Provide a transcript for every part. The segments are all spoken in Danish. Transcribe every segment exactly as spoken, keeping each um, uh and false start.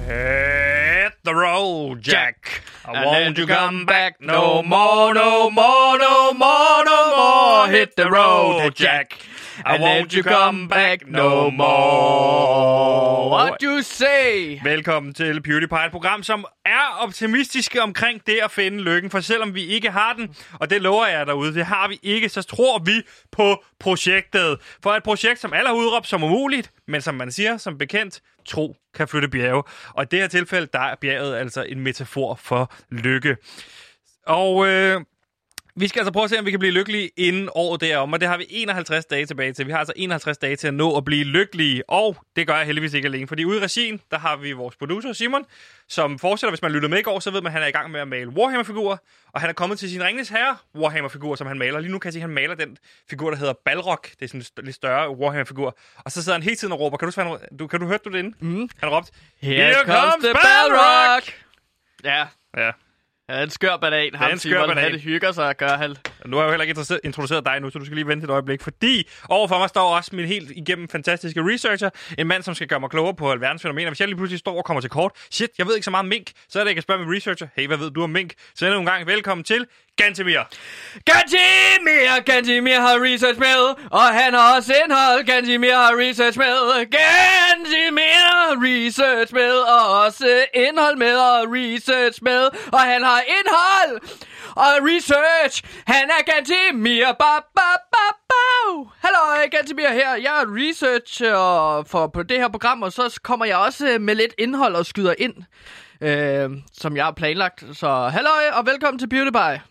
Hit the road, Jack. I want you come back no more, no more, no more, no more. Hit the road, Jack. I want you come back no more. What you say? Velkommen til PewDiePie, et program, som er optimistiske omkring det at finde lykken. For selvom vi ikke har den, og det lover jeg derude, det har vi ikke, så tror vi på projektet. For et projekt, som alle har udråbt som umuligt, men som man siger, som bekendt, tro kan flytte bjerge. Og i det her tilfælde, der er bjerget altså en metafor for lykke. Og øh, vi skal altså prøve at se, om vi kan blive lykkelige inden året derom, og det har vi enoghalvtreds dage tilbage til. Vi har altså enoghalvtreds dage til at nå at blive lykkelige, og det gør jeg heldigvis ikke alene, fordi ude i regien, der har vi vores producer Simon, som fortsætter, hvis man lyttede med i går, så ved man, at han er i gang med at male Warhammer-figurer, og han er kommet til sin Ringenes Herre Warhammer-figur, som han maler. Lige nu kan jeg se, at han maler den figur, der hedder Balrog. Det er sådan en lidt større Warhammer-figur. Og så sidder han hele tiden og råber. Kan du, du, kan du høre du det inde? Mm. Han har råbt, Here, Here comes the Balrog! Ja. Ja. Ja, en skør banan. Han skør banan. Han hygger sig at gøre han. Nu har jeg jo heller ikke introduceret dig nu, så du skal lige vente et øjeblik. Fordi overfor mig står også min helt igennem fantastiske researcher. En mand, som skal gøre mig klogere på alverdens fænomener. Hvis jeg lige pludselig står og kommer til kort. Shit, jeg ved ikke så meget om mink. Så er det, jeg kan spørge min researcher. Hey, hvad ved du om mink? Så endnu en gang velkommen til Gantemir. Gantemir! Gantemir har research med, og han har også indhold. Gantemir har research med. Gantemir har research med, og også indhold med, og research med. Og han har indhold og research. Han er Gantemir. Ba, ba, ba, ba. Hallo, Gantemir her. Jeg er researcher for på det her program, og så kommer jeg også med lidt indhold og skyder ind, øh, som jeg har planlagt. Så hallo, og velkommen til PewDiePie.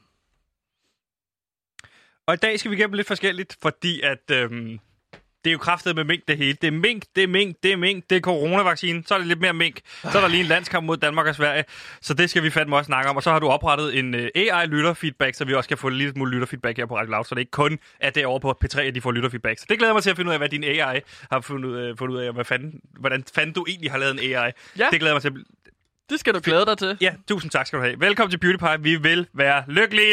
Og i dag skal vi igennem lidt forskelligt, fordi at øhm, det er jo kraftet med mink det hele. Det er mink, det er mink, det er mink, det er coronavaccine, så er det lidt mere mink. Så er der lige en landskamp mod Danmark og Sverige, så det skal vi fandme også snakke om. Og så har du oprettet en uh, A I-lytterfeedback, så vi også kan få lidt smule lytterfeedback her på Radio Loud, så det er ikke kun at det er over på P tre, at de får lytterfeedback. Så det glæder mig til at finde ud af, hvad din A I har fundet, uh, fundet ud af, hvad fanden, hvordan fanden du egentlig har lavet en A I. Ja. Det glæder mig til. Det skal du glæde dig til. Ja, tusind tak skal du have. Velkommen til PewDiePie. Vi vil være lykkelige.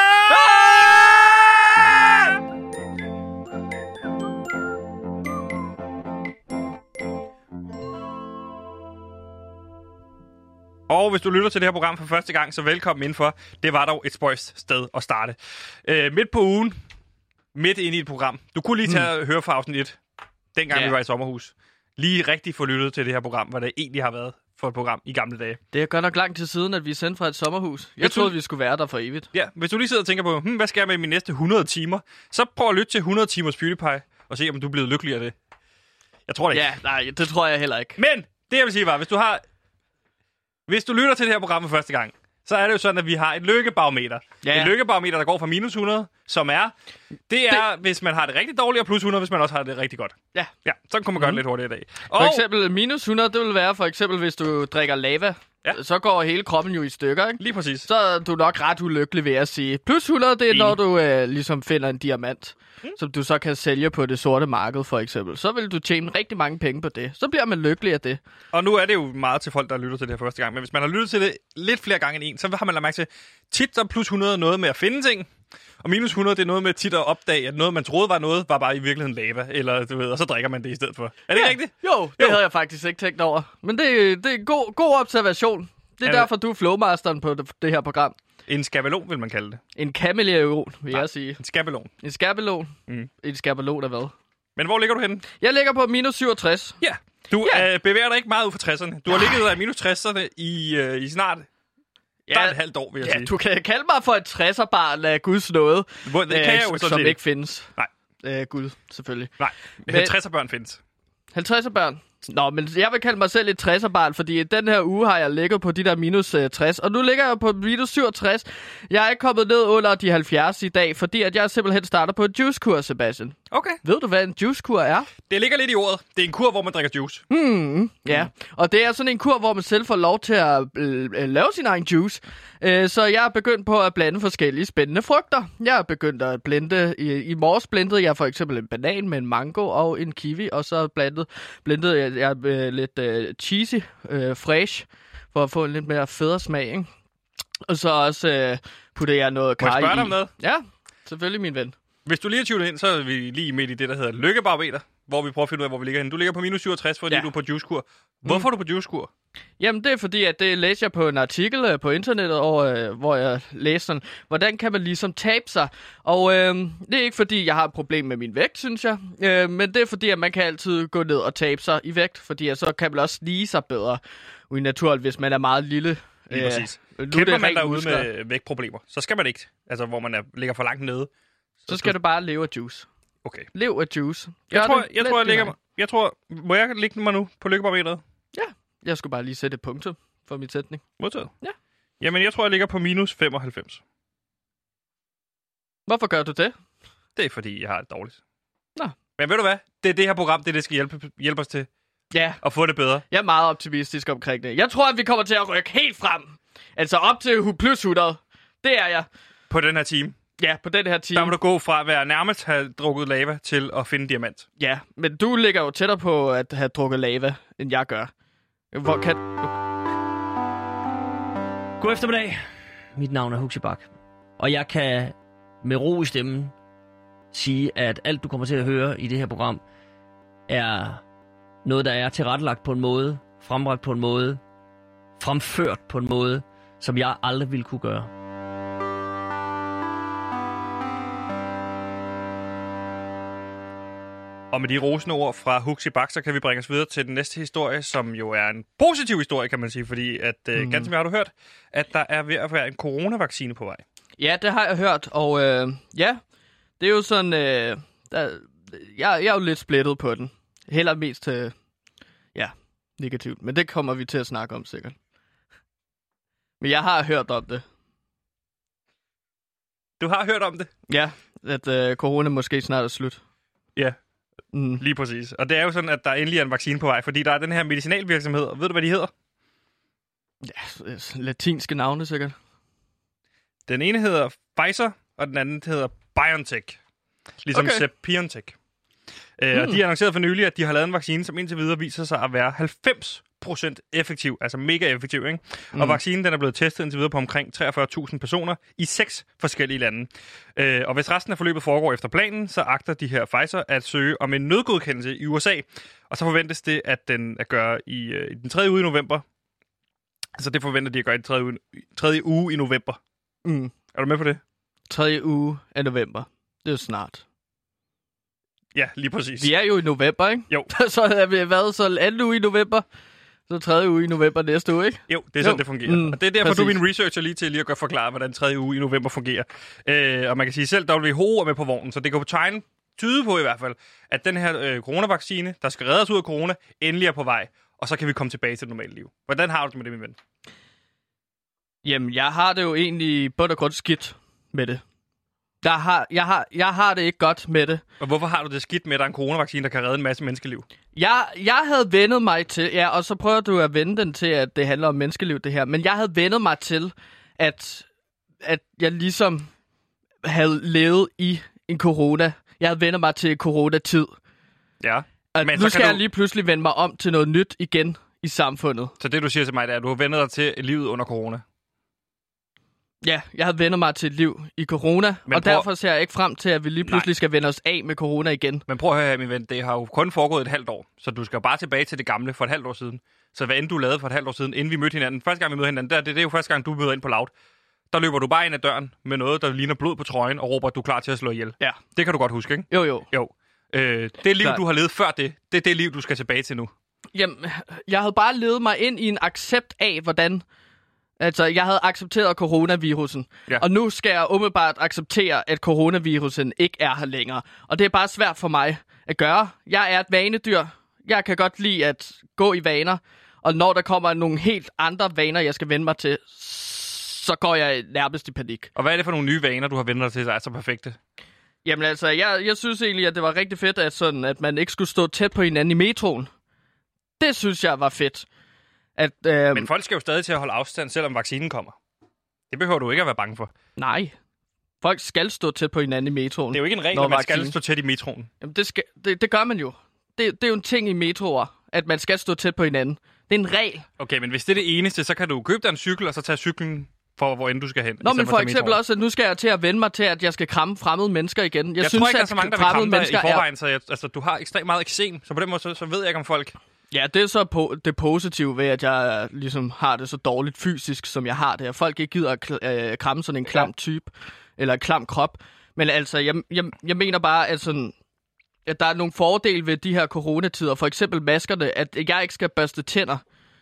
Og hvis du lytter til det her program for første gang, så velkommen indenfor. Det var dog et spøjst sted at starte. Øh, midt på ugen, midt inde i et program. Du kunne lige tage mm. høre fra afsnit et, dengang yeah. vi var i sommerhus. Lige rigtig få lyttet til det her program, hvad det egentlig har været for et program i gamle dage. Det er godt nok lang tid siden, at vi er sendt fra et sommerhus. Jeg troede, vi skulle være der for evigt. Ja, hvis du lige sidder og tænker på, hm, hvad skal jeg med i mine næste hundrede timer? Så prøv at lytte til hundrede timers PewDiePie, og se, om du er blevet lykkelig af det. Jeg tror det ikke. Ja, nej, det tror jeg heller ikke. Men, det jeg vil sige var, hvis du har... Hvis du lytter til det her program for første gang, så er det jo sådan, at vi har et lykkebarometer. Ja. Et lykkebarometer, der går fra minus hundrede, som er... Det er, det... hvis man har det rigtig dårligt, og plus hundrede, hvis man også har det rigtig godt. Ja. Ja, så kan man gøre mm. det lidt hurtigere i dag. Og... For eksempel minus hundrede, det vil være for eksempel, hvis du drikker lava. Ja. Så går hele kroppen jo i stykker, ikke? Lige præcis. Så er du nok ret ulykkelig ved at sige. Plus hundrede, det er, når du øh, ligesom finder en diamant, mm. som du så kan sælge på det sorte marked, for eksempel. Så vil du tjene rigtig mange penge på det. Så bliver man lykkelig af det. Og nu er det jo meget til folk, der lytter til det her første gang. Men hvis man har lyttet til det lidt flere gange end en, så har man lagt mærke til, tit så plus hundrede noget med at finde ting. Og minus hundrede, det er noget med tit at opdage, at noget, man troede var noget, var bare i virkeligheden lava. Eller, du ved, og så drikker man det i stedet for. Er det ja. ikke rigtigt? Jo, det jo. havde jeg faktisk ikke tænkt over. Men det, det er en god, god observation. Det er ja, derfor, du er flowmasteren på det, det her program. En skabelon, vil man kalde det. En kameleon, vil Nej, jeg sige. En skabelon. En skabelon? Mm. En skabelon er hvad? Men hvor ligger du henne? Jeg ligger på minus syvogtres. Ja. Du ja. Øh, bevæger dig ikke meget ud fra tresserne. Du har ligget der i minus tresserne i, øh, i snart... Ja, der er et halvt år, vil jeg ja, sige. Du kan kalde mig for et tresserbarn af Guds nåde. Hvor, det kan øh, jeg jo som ikke findes. Nej. Øh, Gud, selvfølgelig. Nej, men halvtredser-børn findes. halvtredser-børn? Nå, men jeg vil kalde mig selv et tresserbarn, fordi den her uge har jeg ligget på de der minus uh, tres, og nu ligger jeg på minus syvogtres. Jeg er ikke kommet ned under de halvfjerds i dag, fordi at jeg simpelthen starter på et juicekur, Sebastian. Okay. Ved du, hvad en juicekur er? Det ligger lidt i ordet. Det er en kur, hvor man drikker juice. Mm, ja, mm. Og det er sådan en kur, hvor man selv får lov til at øh, lave sin egen juice. Øh, så jeg er begyndt på at blande forskellige spændende frugter. Jeg er begyndt at blende, i, i morges blendede jeg for eksempel en banan med en mango og en kiwi, og så blandede, blendede jeg, jeg øh, lidt øh, cheesy, øh, fresh, for at få en lidt mere federe smag, ikke? Og så også øh, puttede jeg noget kaj i. Må jeg spørge dig om noget? Ja, selvfølgelig, min ven. Hvis du lige er tunet ind, så er vi lige midt i det, der hedder lykkebarometer, hvor vi prøver at finde ud af, hvor vi ligger henne. Du ligger på minus syvogtres, fordi ja. du er på juicekur. Hvorfor mm. er du på juicekur? Jamen, det er fordi, at det læste jeg på en artikel øh, på internettet, og, øh, hvor jeg læste sådan, hvordan kan man ligesom tabe sig? Og øh, det er ikke fordi, jeg har et problem med min vægt, synes jeg, øh, men det er fordi, at man kan altid gå ned og tabe sig i vægt, fordi at så kan man også lige sig bedre ui naturligt, hvis man er meget lille. Lige præcis. Øh, Kæmper man derude muskler. med vægtproblemer, så skal man ikke, altså hvor man er, ligger for langt nede. Så, så skal du bare leve af juice. Okay. Lev af juice. Jeg tror, jeg, jeg, tror, jeg ligger mig, jeg tror, må jeg ligge mig nu på lykkebarometeret? Ja. Jeg skulle bare lige sætte et punktum for min sætning. Modtaget? Ja. Jamen, jeg tror, jeg ligger på minus femoghalvfems. Hvorfor gør du det? Det er, fordi jeg har det dårligt. Nå. Men ved du hvad? Det er det her program, det, er det skal hjælpe, hjælpe os til. Ja. At få det bedre. Jeg er meget optimistisk omkring det. Jeg tror, at vi kommer til at rykke helt frem. Altså op til plus hundrede. Det er jeg. På den her time? Ja, på den her time. Der må du gå fra at være nærmest have drukket lava til at finde diamant. Ja, men du ligger jo tættere på at have drukket lava, end jeg gør. Hvor kan... God eftermiddag. Mit navn er Huxi Bak. Og jeg kan med ro i stemmen sige, at alt du kommer til at høre i det her program, er noget, der er tilrettelagt på en måde, frembragt på en måde, fremført på en måde, som jeg aldrig ville kunne gøre. Og med de rosende ord fra Huxi Bak, så kan vi bringe os videre til den næste historie, som jo er en positiv historie, kan man sige, fordi at, mm. øh, ganske mere har du hørt, at der er ved at være en coronavaccine på vej. Ja, det har jeg hørt, og øh, ja, det er jo sådan, øh, der, jeg, jeg er jo lidt splittet på den. Heller mest til, øh, ja, negativt, men det kommer vi til at snakke om sikkert. Men jeg har hørt om det. Du har hørt om det? Ja, at øh, corona måske snart er slut. Ja. Mm. Lige præcis. Og det er jo sådan, at der endelig er en vaccine på vej, fordi der er den her medicinalvirksomhed, og ved du, hvad de hedder? Ja, latinske navne sikkert. Den ene hedder Pfizer, og den anden hedder BioNTech. Ligesom okay. BioNTech. Øh, mm. Og de har annonceret for nylig, at de har lavet en vaccine, som indtil videre viser sig at være halvfems procent effektiv, altså mega effektiv, ikke? Mm. Og vaccinen den er blevet testet indtil videre på omkring treogfyrre tusind personer i seks forskellige lande. Øh, og hvis resten af forløbet foregår efter planen, så agter de her Pfizer at søge om en nødgodkendelse i U S A. Og så forventes det, at den at gøre i, øh, i den tredje uge i november. Altså det forventer de at gøre i den tredje uge, tredje uge i november. Mm. Er du med på det? Tredje uge af november. Det er jo snart. Ja, lige præcis. Vi er jo i november, ikke? Jo. Så har vi været så anden uge i november. Så tredje uge i november næste uge, ikke? Jo, det er sådan, jo. Det fungerer. Mm, og det er derfor, præcis. Du er min researcher lige til lige at gøre forklare, hvordan tredje uge i november fungerer. Øh, og man kan sige, selv W H O er med på vognen, så det kan på tegne tyde på i hvert fald, at den her øh, coronavaccine, der skal redde os ud af corona, endelig er på vej. Og så kan vi komme tilbage til det normale liv. Hvordan har du det med det, min ven? Jamen, jeg har det jo egentlig bund og grund skidt med det. Jeg har, jeg, har, jeg har det ikke godt med det. Og hvorfor har du det skidt med, at der er en coronavaccine, der kan redde en masse menneskeliv? Jeg, jeg havde vendet mig til, ja, og så prøver du at vende den til, at det handler om menneskeliv, det her. Men jeg havde vendet mig til, at, at jeg ligesom havde levet i en corona. Jeg havde vendet mig til coronatid. Ja. At Men nu skal du... jeg lige pludselig vende mig om til noget nyt igen i samfundet. Så det, du siger til mig, det er, at du har vendet dig til livet under corona? Ja, jeg havde vendt mig til et liv i corona, Men og prøv... derfor ser jeg ikke frem til, at vi lige pludselig Nej. skal vende os af med corona igen. Men prøv at høre her, min ven, det har jo kun foregået et halvt år, så du skal bare tilbage til det gamle for et halvt år siden. Så hvad end du lavede for et halvt år siden, inden vi mødte hinanden, første gang vi mødte hinanden, der, det, det er jo første gang, du møder ind på Loud. Der løber du bare ind ad døren med noget, der ligner blod på trøjen, og råber, at du er klar til at slå ihjel. Ja. Det kan du godt huske, ikke? Jo, jo. Jo. Øh, det liv, Klar. du har levet før det, det er det liv, du skal tilbage til nu. Jamen, jeg havde bare levet mig ind i en accept af, hvordan... Altså, jeg havde accepteret coronavirusen, ja. og nu skal jeg umiddelbart acceptere, at coronavirusen ikke er her længere. Og det er bare svært for mig at gøre. Jeg er et vanedyr. Jeg kan godt lide at gå i vaner, og når der kommer nogle helt andre vaner, jeg skal vende mig til, så går jeg nærmest i panik. Og hvad er det for nogle nye vaner, du har vendt dig til, der er så perfekte? Jamen altså, jeg, jeg synes egentlig, at det var rigtig fedt, at, sådan, at man ikke skulle stå tæt på hinanden i metroen. Det synes jeg var fedt. At, øh... Men folk skal jo stadig til at holde afstand, selvom vaccinen kommer. Det behøver du ikke at være bange for. Nej. Folk skal stå tæt på hinanden i metroen. Det er jo ikke en regel, at man vaccine. skal stå tæt i metroen. Jamen, det, skal, det, det gør man jo. Det, det er jo en ting i metroer, at man skal stå tæt på hinanden. Det er en regel. Okay, men hvis det er det eneste, så kan du købe dig en cykel, og så tage cyklen for, hvor end du skal hen. Nå, men for eksempel også, at nu skal jeg til at vende mig til, at jeg skal kramme fremmede mennesker igen. Jeg, jeg synes, tror ikke, at der er så mange, der vil kramme dig i forvejen, er... så jeg, altså, du har ekstremt meget eksem, så på den måde, så, så ved jeg ikke, om folk Ja, det er så po- det positive ved, at jeg ligesom har det så dårligt fysisk, som jeg har det. At folk ikke gider at kl- øh, kramme sådan en klam type, eller en klam krop. Men altså, jeg, jeg, jeg mener bare, at, sådan, at der er nogle fordele ved de her coronatider. For eksempel maskerne, at jeg ikke skal børste tænder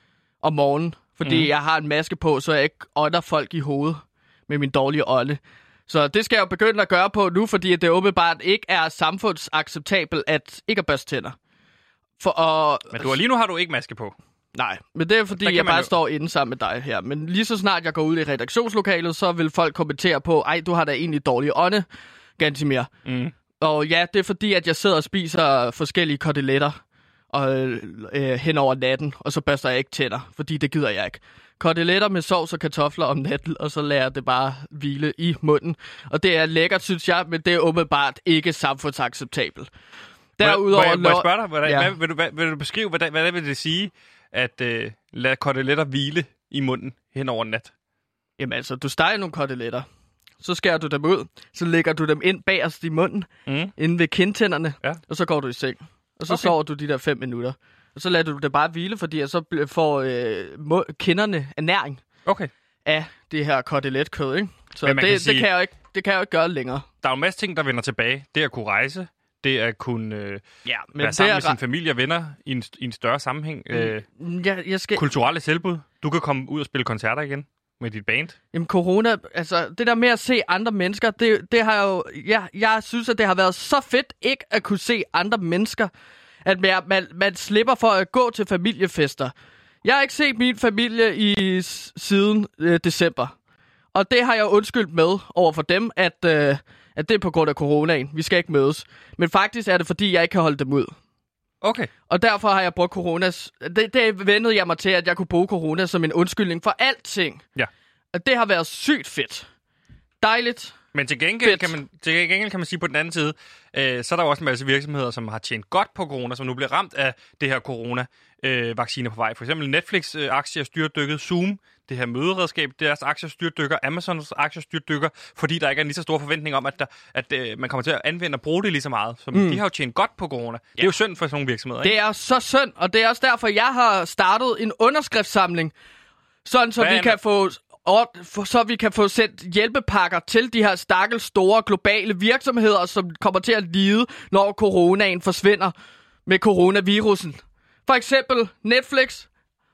om morgenen, fordi mm. jeg har en maske på, så jeg ikke ånder folk i hovedet med min dårlige ånde. Så det skal jeg jo begynde at gøre på nu, fordi det åbenbart ikke er samfundsacceptabelt at ikke at børste tænder. For at... Men du, lige nu har du ikke maske på. Nej, men det er fordi, jeg bare jo... står inde sammen med dig her. Men lige så snart jeg går ud i redaktionslokalet, så vil folk kommentere på, ej, du har da egentlig dårlig ånde, Gantimir. Mm. Og ja, det er fordi, at jeg sidder og spiser forskellige koteletter og, øh, hen over natten, og så børster jeg ikke tænder, fordi det gider jeg ikke. Koteletter med sovs og kartofler om natten, og så lader jeg det bare hvile i munden. Og det er lækkert, synes jeg, men det er åbenbart ikke samfundsacceptabelt. Derudover... Må jeg, må jeg spørge dig, hvordan, ja. hvad, vil, du, hvad, vil du beskrive, hvad, hvad det vil det sige, at øh, lade koteletter hvile i munden hen over nat? Jamen altså, du steger nogle koteletter, så skærer du dem ud, så lægger du dem ind bagerst i munden, mm. inde ved kindtænderne, ja. Og så går du i seng. Og så okay. sover du de der fem minutter. Og så lader du det bare hvile, fordi så får øh, kinderne ernæring okay. af det her koteletkød, ikke? Så det, kan sige, det, kan jeg ikke, det kan jeg jo ikke gøre længere. Der er jo en masse ting, der vender tilbage. Det at kunne rejse, det at kunne øh, ja, men være sammen er... med sin familie og venner i en, i en større sammenhæng. Øh, jeg, jeg skal... Kulturelle selvbud. Du kan komme ud og spille koncerter igen med dit band. Jamen corona, altså det der med at se andre mennesker, det, det har jo... Ja, jeg synes, at det har været så fedt ikke at kunne se andre mennesker, at man, man, man slipper for at gå til familiefester. Jeg har ikke set min familie i siden øh, december. Og det har jeg undskyldt med over for dem, at, øh, at det er på grund af coronaen. Vi skal ikke mødes. Men faktisk er det, fordi jeg ikke kan holde dem ud. Okay. Og derfor har jeg brugt coronas... Det, det vendede jeg mig til, at jeg kunne bruge corona som en undskyldning for alting. Ja. Og det har været sygt fedt. Dejligt. Men til gengæld, kan man, til gengæld kan man sige på den anden side, øh, så er der også en masse virksomheder, som har tjent godt på corona, som nu bliver ramt af det her corona-vaccine øh, på vej. For eksempel Netflix-aktier styrtdykket, Zoom, det her møderedskab, deres aktier styrtdykker, Amazons aktier styrtdykker, fordi der ikke er lige så stor forventning om, at, der, at øh, man kommer til at anvende og bruge det lige så meget. Så mm. de har jo tjent godt på corona. Ja. Det er jo synd for sådan nogle virksomheder, ikke? Det er så synd, og det er også derfor, jeg har startet en underskriftssamling, sådan så Hvad vi kan få... Og for, så vi kan få sendt hjælpepakker til de her stakkels store globale virksomheder, som kommer til at lide, når coronaen forsvinder med coronavirusen. For eksempel Netflix,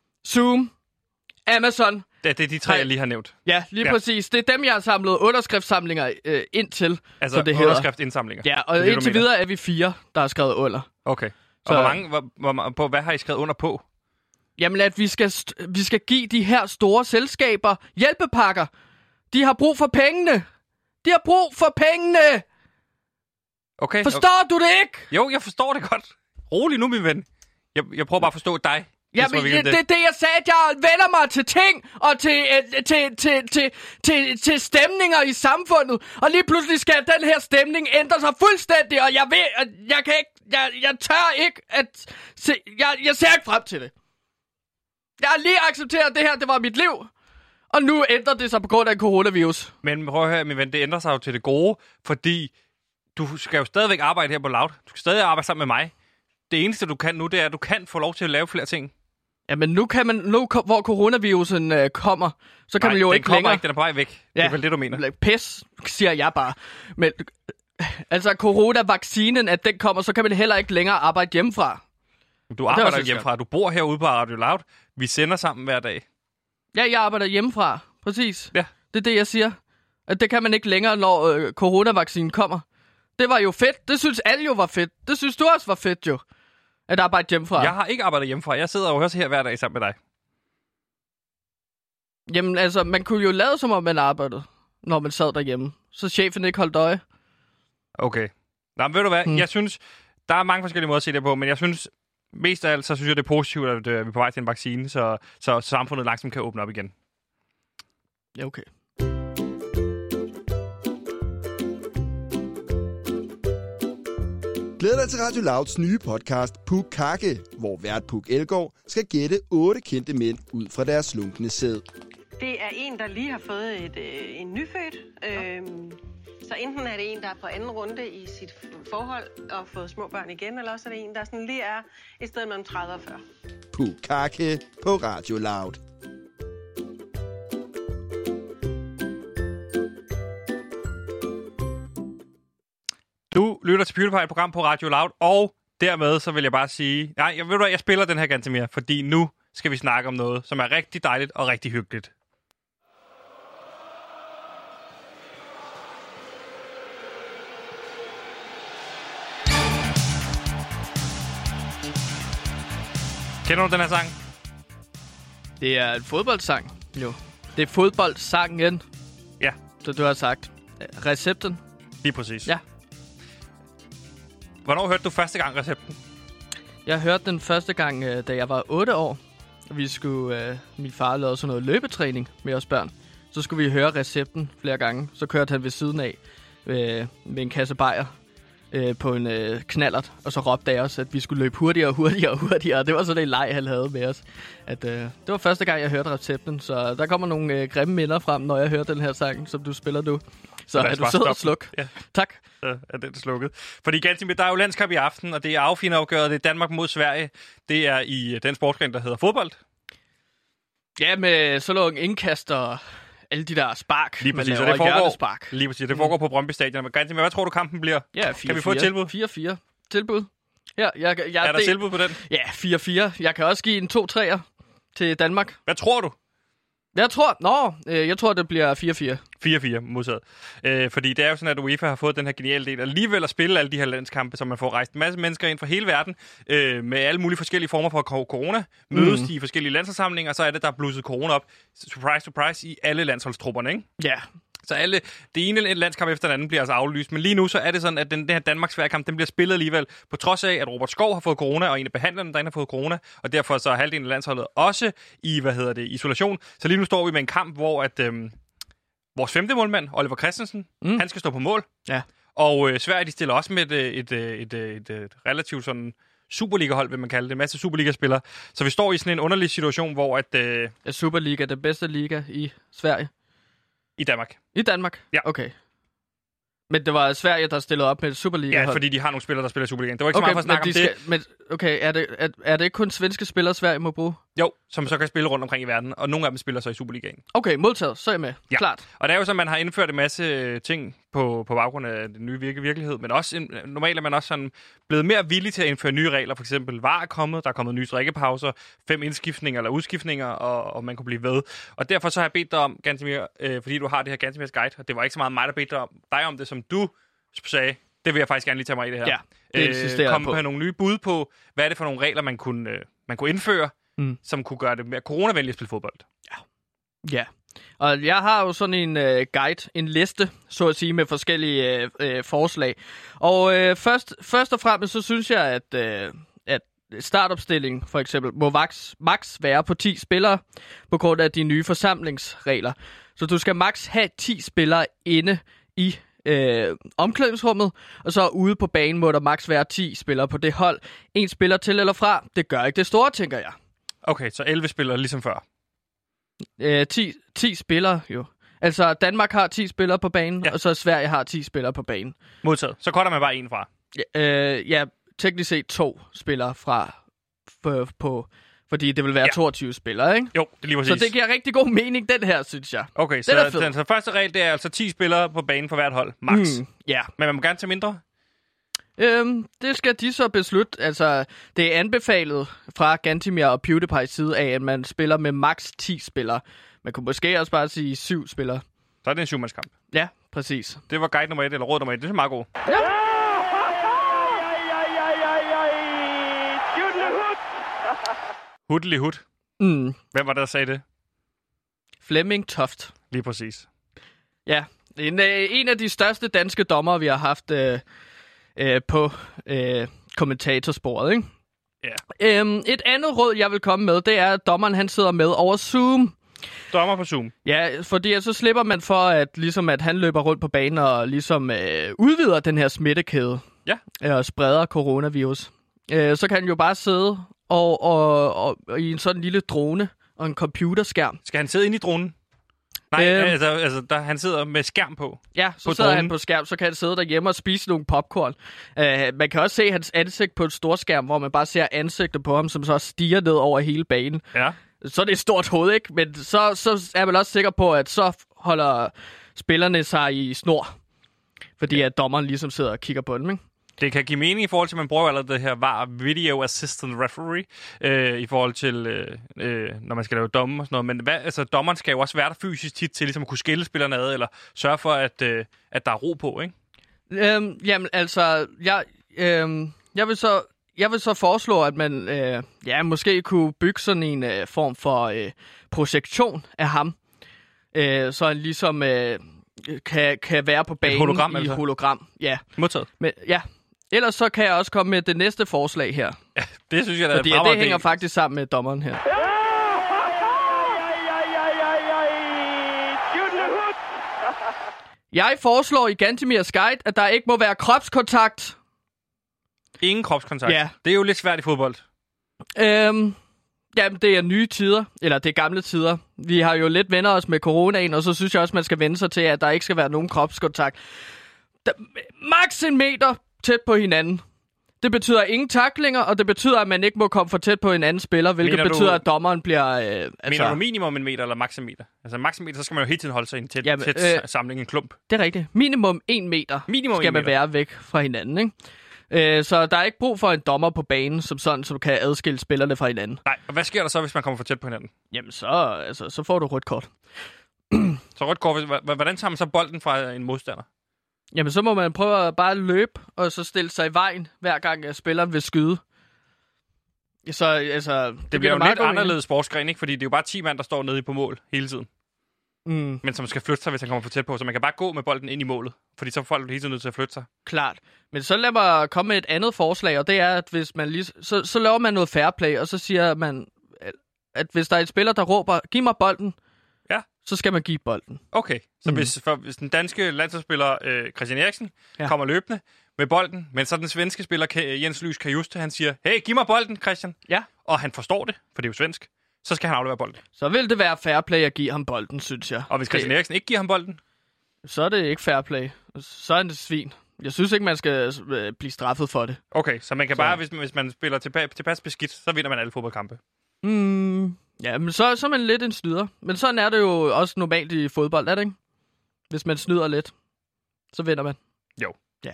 Zoom, Amazon. Ja, det er de tre, jeg lige har nævnt. Ja, lige ja. præcis. Det er dem, jeg har samlet underskriftssamlinger øh, ind til. Altså underskriftsindsamlinger? Ja, og det, indtil videre er vi fire, der har skrevet under. Okay. Og så, hvor mange, hvor, hvor, på, hvad har I skrevet under på? Jamen, at vi skal, vi skal give de her store selskaber hjælpepakker. De har brug for pengene. De har brug for pengene. Okay. Forstår okay. du det ikke? Jo, jeg forstår det godt. Rolig nu, min ven. Jeg, jeg prøver bare at forstå dig. Jamen, det er det, det, jeg sagde, at jeg vender mig til ting og til, til, til, til, til, til, til stemninger i samfundet. Og lige pludselig skal den her stemning ændre sig fuldstændig, og jeg ved, at jeg kan ikke, jeg, jeg tør ikke at se, jeg, jeg ser ikke frem til det. Jeg har lige accepteret, at det her, det var mit liv. Og nu ændrer det sig på grund af coronavirus. Men prøv at høre, min ven, det ændrer sig jo til det gode, fordi du skal jo stadigvæk arbejde her på Loud. Du skal stadig arbejde sammen med mig. Det eneste, du kan nu, det er, at du kan få lov til at lave flere ting. Jamen nu kan man, nu hvor coronavirusen øh, kommer, så kan Nej, man jo den ikke kommer længere... ikke, den er på vej væk. Ja, det er vel det, du mener. Pis, siger jeg bare. Men altså coronavaccinen, at den kommer, så kan man heller ikke længere arbejde hjemmefra. Du arbejder hjemmefra. Du bor herude på Radio Loud. Vi sender sammen hver dag. Ja, jeg arbejder hjemmefra. Præcis. Ja. Det er det, jeg siger. At det kan man ikke længere, når øh, coronavaccinen kommer. Det var jo fedt. Det synes alle jo var fedt. Det synes du også var fedt jo. At arbejde hjemmefra. Jeg har ikke arbejdet hjemmefra. Jeg sidder jo også her hver dag sammen med dig. Jamen altså, man kunne jo lade som om man arbejdede, når man sad derhjemme. Så chefen ikke holdt øje. Okay. Nå, men ved du hvad? Hmm. Jeg synes, der er mange forskellige måder at se det på, men jeg synes... Mest af alt, så synes jeg, det er positivt, at øh, vi er på vej til en vaccine, så, så samfundet langsomt kan åbne op igen. Ja, okay. Glæd dig til Radio Louds nye podcast, Puk Kakke, hvor vært Puk Elgård skal gætte otte kendte mænd ud fra deres slunkne sæd. Det er en, der lige har fået et, øh, en nyfødt. Øh, Så enten er det en, der er på anden runde i sit forhold og fået små børn igen, eller også er det en, der sådan lige er et sted mellem tredive og fyrre. Pukake på Radio Loud. Du lytter til PewDiePie, et program på Radio Loud, og dermed så vil jeg bare sige, nej, jeg ved du, jeg spiller den her Gantemir, fordi nu skal vi snakke om noget, som er rigtig dejligt og rigtig hyggeligt. Kender du den her sang? Det er en fodboldsang, jo. Det er fodboldsangen, Ja, så du har sagt. Recepten. lige præcis. Ja. Hvornår hørte du første gang recepten? Jeg hørte den første gang, øh, da jeg var otte år. Vi skulle, øh, min far lavede sådan noget løbetræning med os børn. Så skulle vi høre recepten flere gange. Så kørte han ved siden af øh, med en kasse bajer øh, på en øh, knallert. Og så råbte jeg os, at vi skulle løbe hurtigere og hurtigere og hurtigere. Det var sådan en leg, han havde med os. At, øh, det var første gang, jeg hørte recepten. Så der kommer nogle øh, grimme minder frem, når jeg hører den her sang, som du spiller nu. Så er du sidder og sluk. Ja. Tak. Så er den slukket. Fordi Gantemir, der er jo landskamp i aften, og det er affinderopgøret. Det er Danmark mod Sverige. Det er i den sportsgren, der hedder fodbold. Ja, med så nogle indkast og alle de der spark. Lige præcis, man og laver, det foregår, hjernespark. lige præcis, det foregår på Brøndby Stadion. Men Gantemir, hvad tror du, kampen bliver? Ja, fire, kan vi få et tilbud? fire fire tilbud. Ja, jeg, jeg, Er der det, tilbud på den? Ja, fire fire. Jeg kan også give en to treer til Danmark. Hvad tror du? Jeg tror, nå, øh, jeg tror, det bliver fire fire. fire fire modtaget. Øh, fordi det er jo sådan, at UEFA har fået den her geniale del alligevel at spille alle de her landskampe, så man får rejst en masse mennesker ind fra hele verden øh, med alle mulige forskellige former for corona. Mødes mm. i forskellige landsholdssamlinger, og så er det, der er blusset corona op. Surprise, surprise, i alle landsholdstrupperne, ikke? Ja. Så alle, det ene landskamp efter den anden bliver altså aflyst. Men lige nu så er det sådan, at den, den her Danmark-Sverige-kamp, den bliver spillet alligevel, på trods af, at Robert Skov har fået corona, og en af behandlerne derinde har fået corona, og derfor så er halvdelen af landsholdet også i, hvad hedder det, isolation. Så lige nu står vi med en kamp, hvor at øhm, vores femte målmand, Oliver Christensen, mm. han skal stå på mål. Ja. Og øh, Sverige, de stiller også med et, et, et, et, et, et relativt sådan Superliga-hold, vil man kalde det. En masse Superliga-spillere. Så vi står i sådan en underlig situation, hvor at... Øh, Er Superliga den bedste liga i Sverige? I Danmark. I Danmark? Ja. Okay. Men det var Sverige, der stillede op med et Superliga-hold? Ja, fordi de har nogle spillere, der spiller i Superligaen. Det var ikke okay, så meget for at snakke de om skal, det. Men okay, er det, er, er det ikke kun svenske spillere, Sverige må bruge? Jo, som så kan spille rundt omkring i verden, og nogle af dem spiller så i Superligaen. Okay, modtaget. Så er jeg med. Ja. Klart. Og det er jo så, at man har indført en masse ting på, på baggrund af den nye virke, virkelighed, men også en, normalt er man også sådan blevet mere villig til at indføre nye regler. For eksempel V A R er kommet, der er kommet nye drikkepauser, fem indskiftninger eller udskiftninger, og, og man kunne blive ved. Og derfor så har jeg bedt dig om, Gantemir, øh, fordi du har det her Gantemirs guide, og det var ikke så meget mig, der bedte dig om, dig om det, som du sagde. Det vil jeg faktisk gerne lige tage mig i det her. Ja, det insisterer øh, jeg på. Kom med nogle nye bud på, hvad er det for nogle regler, man kunne, øh, man kunne indføre, mm. som kunne gøre det mere coronavenligt at spille fodbold. Ja. Ja. Og jeg har jo sådan en øh, guide, en liste, så at sige, med forskellige øh, øh, forslag. Og øh, først, først og fremmest, så synes jeg, at, øh, at startopstilling for eksempel må max, max være på ti spillere, på grund af de nye forsamlingsregler. Så du skal max have ti spillere inde i øh, omklædningsrummet, og så ude på banen må der max være ti spillere på det hold. En spiller til eller fra, det gør ikke det store, tænker jeg. Okay, så elleve spillere ligesom før. Øh, ti, ti spillere jo. Altså, Danmark har ti spillere på banen, ja. Og så Sverige har ti spillere på banen. Modtaget. Så cutter man bare en fra. Ja, øh, ja teknisk set to spillere fra på, på fordi det vil være ja. toogtyve spillere, ikke? Jo, det er lige præcis. Så det giver rigtig god mening, den her, synes jeg. Okay, så den, den, så første regel, det er altså ti spillere på banen for hvert hold, max. Mm, ja. Men man må gerne tage mindre? Øhm, det skal de så beslutte. Altså, det er anbefalet fra Gantemir og PewDiePie side af, at man spiller med max ti spillere. Man kunne måske også bare sige syv spillere. Så er det en syvmandskamp. Ja, præcis. Det var guide nummer et, eller råd nummer et. Det er meget god. Ja. Hudli hud. Mm. Hvem var det, der sagde det? Flemming Toft. Lige præcis. Ja, en, øh, en af de største danske dommere, vi har haft øh, øh, på øh, kommentatorsporet, ikke? Ja. Øhm, et andet råd, jeg vil komme med, det er, at dommeren han sidder med over Zoom. Dommer på Zoom. Ja, fordi så slipper man for, at, ligesom, at han løber rundt på banen og ligesom øh, udvider den her smittekæde. Ja. Øh, og spreder coronavirus. Øh, så kan han jo bare sidde og, og, og, og i en sådan lille drone og en computerskærm. Skal han sidde inde i dronen? Nej, Øhm. altså, altså der, han sidder med skærm på. Ja, så På sidder dronen. han på skærm, så kan han sidde derhjemme og spise nogle popcorn. Uh, man kan også se hans ansigt på et storskærm, hvor man bare ser ansigtet på ham, som så stiger ned over hele banen. Ja. Så er det et stort hoved, ikke? Men så, så er man også sikker på, at så holder spillerne sig i snor. Fordi at dommeren ligesom sidder og kigger på dem, ikke? Det kan give mening i forhold til, at man bruger allerede det her V A R, Video Assistant Referee, øh, i forhold til, øh, øh, når man skal lave domme og sådan noget. Men hvad, altså, dommeren skal jo også være der fysisk tit til ligesom at kunne skille spillerne ad, eller sørge for, at, øh, at der er ro på, ikke? Øhm, jamen, altså, jeg, øhm, jeg, vil så, jeg vil så foreslå, at man øh, ja, måske kunne bygge sådan en øh, form for øh, projektion af ham, øh, så han ligesom øh, kan, kan være på banen hologram, i altså? hologram. Ja. Modtaget. Men, ja. Ellers så kan jeg også komme med det næste forslag her. Ja, det synes jeg, der Fordi er det hænger faktisk sammen med dommeren her. Jeg foreslår i Gantemirs guide, at der ikke må være kropskontakt. Ingen kropskontakt. Ja. Det er jo lidt svært i fodbold. Øhm, jamen, det er nye tider, eller det er gamle tider. Vi har jo lidt vendt os med coronaen, og så synes jeg også, man skal vende sig til, at der ikke skal være nogen kropskontakt. Der, max en meter tæt på hinanden. Det betyder ingen tacklinger, og det betyder, at man ikke må komme for tæt på en anden spiller, hvilket Mener betyder, du- at dommeren bliver... Øh, Altså... altså, Mener du minimum en meter eller maks en meter? Altså maks en meter, så skal man jo hele tiden holde sig i en tæt, Jamen, tæt øh, samling, en klump. det er rigtigt. Minimum en meter Minimum skal en man meter. være væk fra hinanden, ikke? Øh, så der er ikke brug for en dommer på banen, som sådan, som kan adskille spillerne fra hinanden. Nej, og hvad sker der så, hvis man kommer for tæt på hinanden? Jamen, så, altså, så får du rødt kort. Så rødt kort, hvis- h- hvordan tager man så bolden fra en modstander? Jamen, så må man prøve at bare løbe, og så stille sig i vejen, hver gang at spilleren vil skyde. Så, altså... Det, Det bliver jo en meget lidt god mening. anderledes sportsgren, ikke? Fordi det er jo bare ti mand, der står nede på mål hele tiden. Mm, Men som skal flytte sig, hvis han kommer for tæt på. Så man kan bare gå med bolden ind i målet. Fordi så er folk hele tiden nødt til at flytte sig. klart. Men så lad mig komme med et andet forslag, og det er, at hvis man lige... Så, så laver man noget fair play, og så siger man, at hvis der er en spiller, der råber, giv mig bolden, Ja. så skal man give bolden. Okay, så Mhm. hvis, for, hvis den danske landsholdsspiller øh, Christian Eriksen Ja. ja. kommer løbende med bolden, men så den svenske spiller K- Jens Lys Kajuste, han siger, hey, giv mig bolden, Christian. Ja. Og han forstår det, for det er jo svensk. Så skal han aflevere bolden. Så vil det være fair play at give ham bolden, synes jeg. Og hvis Christian det, Eriksen ikke giver ham bolden, så er det ikke fair play. Så er det svin. Jeg synes ikke, man skal øh, blive straffet for det. okay, så man kan Så- bare, hvis, hvis man spiller tilpas, tilpas beskidt, så vinder man alle fodboldkampe. Mm, ja, men så, så er man lidt en snyder. Men sådan er det jo også normalt i fodbold, er det ikke? Hvis man snyder lidt, så vinder man. Jo. Ja.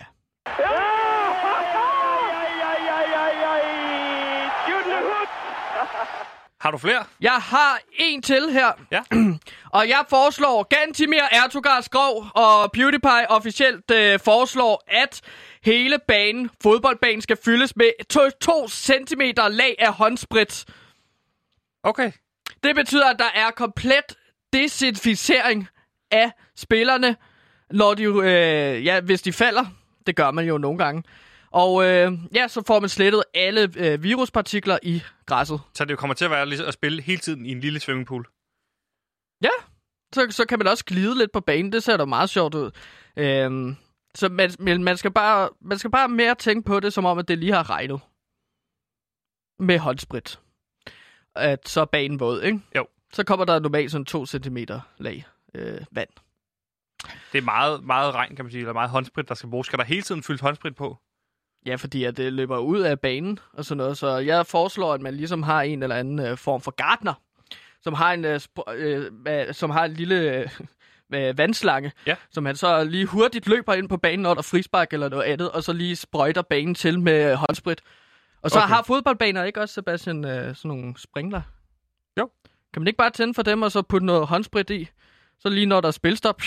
Har du flere? Jeg har en til her. Ja. Og jeg foreslår, Gantimir Ertugar Skov og PewDiePie officielt øh, foreslår, at hele banen, fodboldbanen, skal fyldes med to, to centimeter lag af håndsprit. Okay. Det betyder, at der er komplet desinficering af spillerne, når de, øh, ja, hvis de falder. Det gør man jo nogle gange. Og øh, ja, så får man slettet alle øh, viruspartikler i græsset. Så det kommer til at være ligesom at spille hele tiden i en lille swimmingpool. Ja, så, så kan man også glide lidt på banen. Det ser da meget sjovt ud. Øhm, så man, men man, skal bare, man skal bare mere tænke på det, som om, at det lige har regnet. Med håndsprit. At så er banen våd, ikke? Jo. Så kommer der normalt sådan to centimeter lag øh, vand. Det er meget, meget regn, kan man sige, eller meget håndsprit, der skal bruges. Skal der hele tiden fyldes håndsprit på? Ja, fordi at det løber ud af banen og sådan noget. Så jeg foreslår, at man ligesom har en eller anden øh, form for gartner, som har en, øh, sp- øh, øh, som har en lille øh, vandslange, Ja. som han så lige hurtigt løber ind på banen, når der er frispark eller noget andet, og så lige sprøjter banen til med øh, håndsprit. Og så Okay. har fodboldbaner ikke også, Sebastian, øh, sådan nogle sprinkler? Jo. Kan man ikke bare tænde for dem, og så putte noget håndsprit i? Så lige når der er spilstop,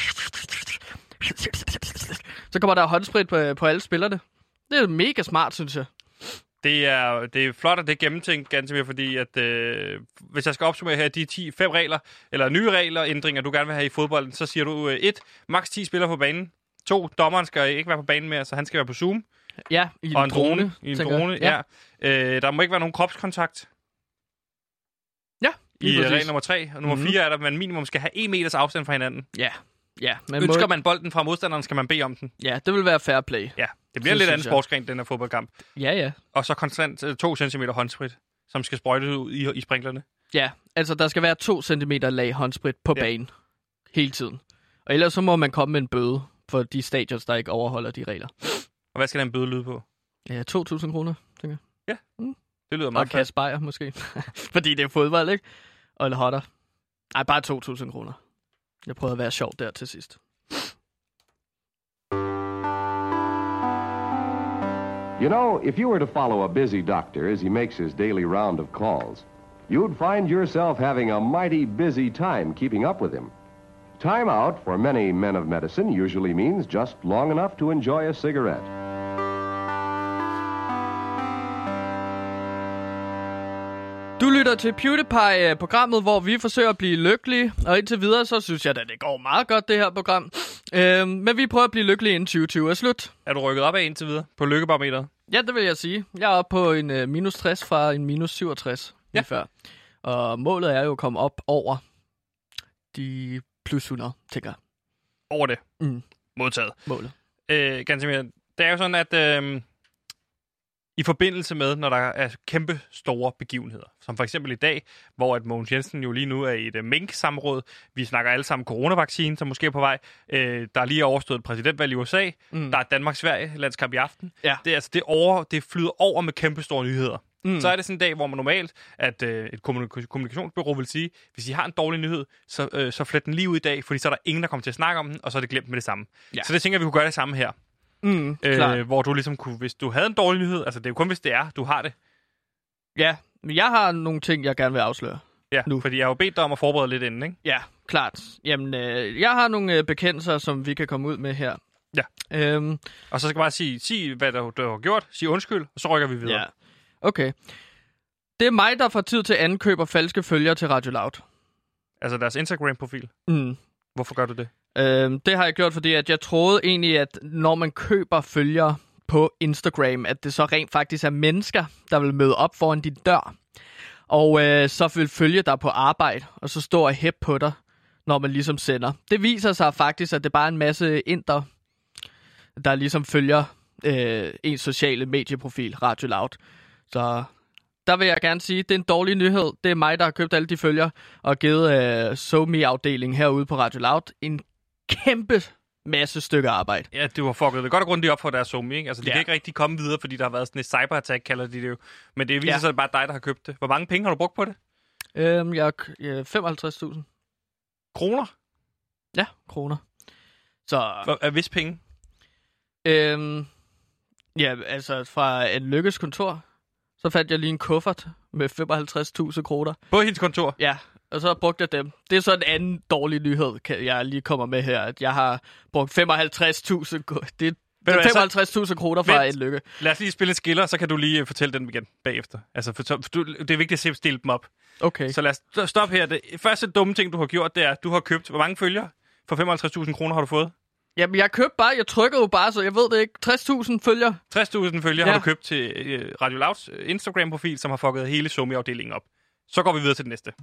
så kommer der håndsprit på, på alle spillerne. Det er mega smart, synes jeg. Det er, det er flot, at det er gennemtænkt, ganske mere, fordi at, øh, hvis jeg skal opsummere her de ti, fem regler, eller nye regler, ændringer, du gerne vil have i fodbolden, så siger du øh, et, maks ti spillere på banen. To, dommeren skal ikke være på banen mere, så han skal være på Zoom. Ja, i Og en drone. I en tænker jeg. drone, ja. ja. Øh, der må ikke være nogen kropskontakt Ja, i lige øh, præcis. regel nummer tre. Og nummer Mhm. fire er der, at man minimum skal have en meters afstand fra hinanden. Ja, ja. Man Ønsker må... man bolden fra modstanderen, skal man bede om den. Ja, det vil være fair play. Ja, det bliver Det en lidt synes anden jeg. sportsgren, den her fodboldkamp. Ja, ja. Og så konstant øh, to centimeter håndsprit, som skal sprøjtes ud i, i sprinklerne. Ja, altså der skal være to centimeter lag håndsprit på Ja. banen. hele tiden. Og ellers så må man komme med en bøde for de stadions, der ikke overholder de regler. Og hvad skal den bøde lyde på? Ja, to tusind kroner, tænker jeg. Ja, mm. det lyder Og meget en kasse bajer, måske. Fordi det er fodbold, ikke? Og en hotter. Nej, bare to tusind kroner. Jeg prøvede at være sjov der til sidst. You know, if you were to follow a busy doctor as he makes his daily round of calls, you'd find yourself having a mighty busy time keeping up with him. Time out for many men of medicine usually means just long enough to enjoy a cigarette. Du lytter til PewDiePie-programmet, hvor vi forsøger at blive lykkelige. Og indtil videre, så synes jeg, at det går meget godt, det her program. Øhm, men vi prøver at blive lykkelige inden tyve tyve er slut. Er du rykket op af indtil videre på lykkebarometeret? Ja, det vil jeg sige. Jeg er oppe på en uh, minus tres fra en minus syvogtres lige Ja. før. Og målet er jo at komme op over de plus hundrede, tænker jeg. Over det. Mm. Modtaget. Målet. Øh, Gansimir, det er jo sådan, at øh, i forbindelse med, når der er kæmpe store begivenheder, som for eksempel i dag, hvor at Mogens Jensen jo lige nu er i et uh, mink-samråd, vi snakker alle sammen coronavaccine, som måske er på vej, øh, der er lige overstået et præsidentvalg i U S A, mm. der er Danmark-Sverige landskamp i aften. Ja. Det, er, altså, det, over, det flyder over med kæmpe store nyheder. Mm. Så er det sådan en dag, hvor man normalt, at øh, et kommunik- kommunikationsbureau vil sige, hvis I har en dårlig nyhed, så, øh, så flet den lige ud i dag, fordi så er der ingen, der kommer til at snakke om den, og så er det glemt med det samme. Ja. Så det tænker jeg, vi kunne gøre det samme her. Mm, Øh, hvor du ligesom kunne, hvis du havde en dårlig nyhed, altså det er jo kun, hvis det er, du har det. Ja, men jeg har nogle ting, jeg gerne vil afsløre. Ja, Nu. fordi jeg har jo bedt dig om at forberede lidt inden, ikke? Ja, klart. Jamen, øh, jeg har nogle øh, bekendelser, som vi kan komme ud med her. Ja. Øhm, Og så skal jeg bare sige, sig hvad du, du har gjort, sig undskyld, og så rykker vi videre. ja. Okay. Det er mig, der fra tid til anden køber falske følgere til Radio Loud. Altså deres Instagram-profil. Mm. Hvorfor gør du det? Øhm, det har jeg gjort, fordi at jeg troede egentlig, at når man køber følgere på Instagram, at det så rent faktisk er mennesker, der vil møde op foran din dør. Og øh, så vil følge dig på arbejde, og så stå og hæppe på dig, når man ligesom sender. Det viser sig faktisk, at det bare er en masse inder, der ligesom følger øh, ens sociale medieprofil, Radio Loud. Så der vil jeg gerne sige, at det er en dårlig nyhed. Det er mig, der har købt alle de følger og givet øh, SoMe-afdelingen herude på Radio Loud en kæmpe masse stykker arbejde. Ja, du har fucket det godt og grundigt op for deres Zoom, ikke? Altså, de Ja. kan ikke rigtig komme videre, fordi der har været sådan et cyberattack, kalder de det jo. Men det viser Ja. sig, at det bare dig, der har købt det. Hvor mange penge har du brugt på det? Øhm, jeg har ja, femoghalvtreds tusind. Kroner? Ja, kroner. Så, For, af vis penge? øhm, ja, altså fra en Lykkes kontor, så fandt jeg lige en kuffert med femoghalvtreds tusind kroner. På hendes kontor? Ja, og så brugte jeg dem. Det er så en anden dårlig nyhed, kan jeg lige kommer med her, at jeg har brugt femoghalvtreds tusind ko- Det er du hvad, så- femoghalvtreds tusind kroner fra Vent. en Lykke. Lad os lige spille en skiller, så kan du lige fortælle den igen bagefter. Altså, for, for du, det er vigtigt at se stille dem op. Okay. Så lad os stoppe her. Det første dumme ting, du har gjort, det er, at du har købt... Hvor mange følgere for femoghalvtreds tusind kroner har du fået? Jamen, jeg købte bare, jeg trykkede jo bare, så jeg ved det ikke, tres tusind følger. tres tusind følgere Ja. har du købt til øh, Radio Louds øh, Instagram-profil, som har fucket hele SoMe-afdelingen op. Så går vi videre til det næste.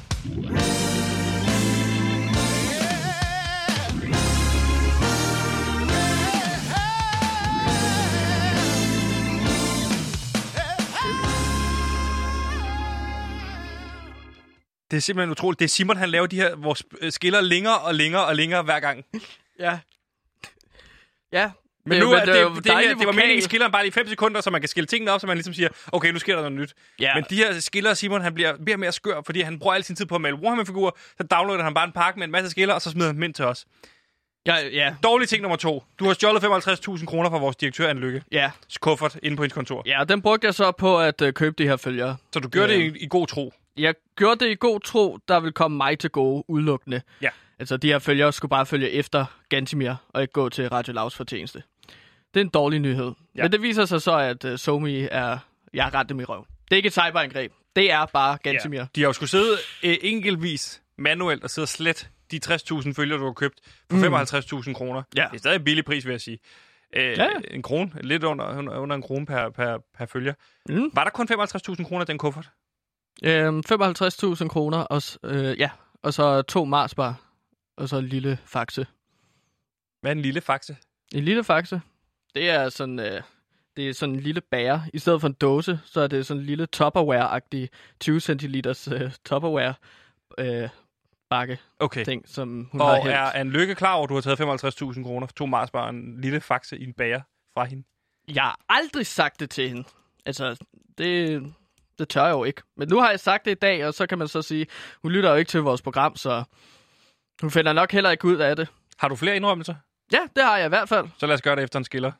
Det er simpelthen utroligt. Det er Simon, han laver de her vores øh, skiller længere og længere og længere hver gang. Ja. Ja. Men nu er det, er jo det, det, her, dejlig det var vokal. meningen, skilleren bare lige fem sekunder, så man kan skille tingene op, så man ligesom siger, okay, nu sker der noget nyt. Ja. Men de her skiller, Simon, han bliver mere og mere skør, fordi han bruger al sin tid på at male Warhammer-figurer, så downloader han bare en pakke med en masse skiller, og så smider han dem ind til os. Ja, ja, Dårlig ting nummer to. Du har stjålet femoghalvtreds tusind kroner fra vores direktør, Anne Lykke. ja. Kuffert inde på hendes kontor. Ja, og den brugte jeg så på at øh, købe de her følgere. Så du gjorde Ja. det i, i god tro. Jeg gjorde det i god tro, der vil komme mig til gode udelukkende. Ja. Altså, de her følgere skulle bare følge efter Gantimir, og ikke gå til Radio Louds fortjeneste. Det er en dårlig nyhed. Ja. Men det viser sig så, at uh, SoMe er... Jeg har rettet dem i røv. Det er ikke et cyberangreb. Det er bare Gantimir. Ja. De har jo skulle sidde øh, enkeltvis manuelt og sidde og slet de tres tusind følgere, du har købt for Mm. femoghalvtreds tusind kroner. Ja. Det er stadig en billig pris, vil jeg sige. Øh, Ja, ja. En krone, lidt under, under, under en krone per, per, per følger. Mm. Var der kun femoghalvtreds tusind kroner i den kuffert? Øhm, femoghalvtreds tusind kroner, og, s- øh, ja. og så to Marsbar, og så en lille faxe. Hvad er en lille faxe? En lille faxe, det er sådan... Øh, det er sådan en lille bager. I stedet for en dåse, så er det sådan en lille Tupperware-agtig tyve centiliters øh, Tupperware øh, bakke Okay. ting, som hun Og har er hældt. Anne Lykke klar over, at du har taget femoghalvtreds tusind kroner for to Marsbar og en lille faxe i en bager fra hende? Jeg har aldrig sagt det til hende. Altså, det, det tør jeg jo ikke. Men nu har jeg sagt det i dag, og så kan man så sige, hun lytter jo ikke til vores program, så hun finder nok heller ikke ud af det. Har du flere indrømmelser? Ja, det har jeg i hvert fald. Så lad os gøre det efter en skiller.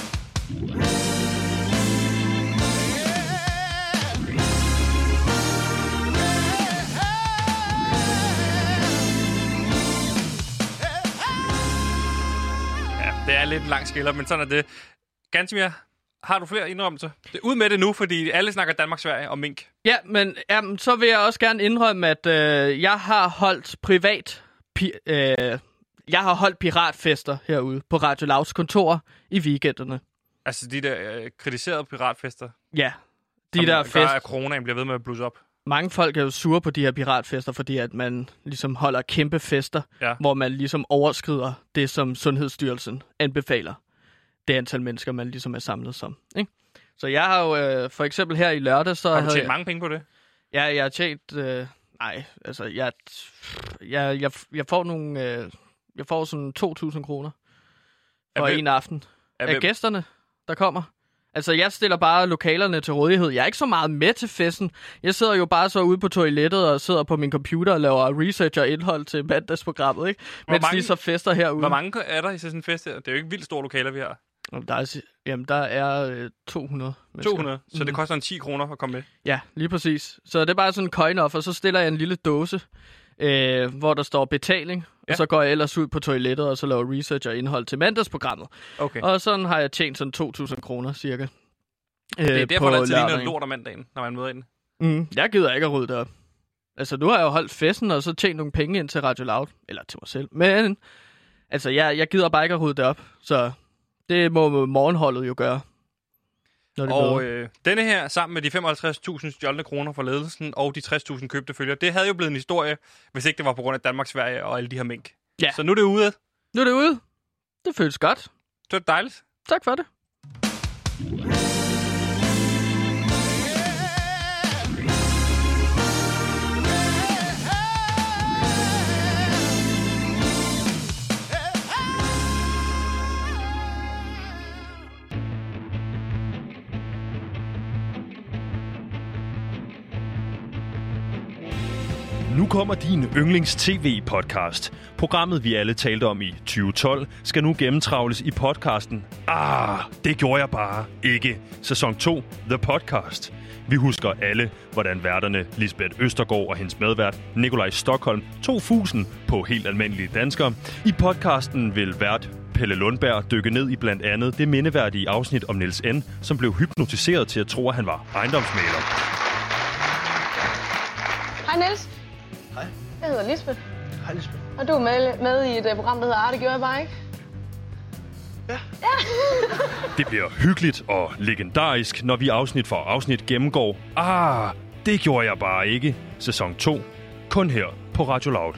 Det er lidt en lang skiller, men sådan er det. Gansimir, har du flere indrømmelser? Det er ud med det nu, fordi alle snakker Danmark, Sverige og mink. Ja, men jamen, så vil jeg også gerne indrømme, at øh, jeg har holdt privat... Pi- øh, jeg har holdt piratfester herude på Radio Louds kontor i weekenderne. Altså de der øh, kritiserede piratfester, Ja, de som der gør, fest. at coronaen bliver ved med at blusse op. Mange folk er jo sure på de her piratfester, fordi at man ligesom holder kæmpe fester, Ja. hvor man ligesom overskrider det, som Sundhedsstyrelsen anbefaler. Det antal mennesker, man ligesom er samlet som. Ikke? Så jeg har jo øh, for eksempel her i lørdag, så Har du havde tjent jeg, mange penge på det? ja, jeg har tjent... Øh, nej, altså jeg, jeg, jeg, jeg får nogle... Øh, jeg får sådan to tusind kroner for hvem- en aften Af af hvem? gæsterne, der kommer. Altså, jeg stiller bare lokalerne til rådighed. Jeg er ikke så meget med til festen. Jeg sidder jo bare så ude på toilettet og sidder på min computer og laver research og indhold til mandagsprogrammet, ikke? Mens mange- de så fester herude. Hvor mange er der i sådan en fest her? Det er jo ikke vildt store lokaler, vi har. Jamen, Der er, si- jamen, der er øh, to hundrede mennesker. to hundrede, så det Mhm. koster en ti kroner at komme med. Ja, lige præcis. Så det er bare sådan en coin-off, og så stiller jeg en lille dåse, øh, hvor der står betaling. Ja. Og så går jeg ellers ud på toilettet og så laver research og indhold til mandagsprogrammet. Okay. Og sådan har jeg tjent sådan to tusind kroner cirka. Øh, Det er derfor, der altid ligner lørdagen. lort om mandagen, når man møder ind. Mm, jeg gider ikke at rydde det op. Altså, nu har jeg jo holdt festen, og så tjent nogle penge ind til Radio Loud. Eller til mig selv. Men, altså, jeg, jeg gider bare ikke at rydde det op. Så det må morgenholdet jo gøre. Når det Og øh... øh, denne her, sammen med de femoghalvtreds tusind stjålne kroner fra ledelsen og de tres tusind købte følgere, det havde jo blevet en historie, hvis ikke det var på grund af Danmark, Sverige og alle de her mink. Ja. Så nu er det ude. Nu er det ude. Det føles godt. Det var dejligt. Tak for det. Nu kommer din yndlings-T V-podcast. Programmet, vi alle talte om i tyve tolv, skal nu gennemtravles i podcasten Ah, det gjorde jeg bare ikke. Sæson to, The Podcast. Vi husker alle, hvordan værterne Lisbeth Østergaard og hendes medvært Nikolaj Stockholm tog fusen på helt almindelige danskere. I podcasten vil vært Pelle Lundberg dykke ned i blandt andet det mindeværdige afsnit om Niels N., som blev hypnotiseret til at tro, at han var ejendomsmægler. Hej Niels. Hej. Jeg hedder Lisbeth. Hej, Lisbeth. Og du er med, med i et uh, program, der hedder Arte, gjorde jeg bare ikke? Ja. Det bliver hyggeligt og legendarisk, når vi afsnit for afsnit gennemgår Ah, det gjorde jeg bare ikke. Sæson to. Kun her på Radio Loud.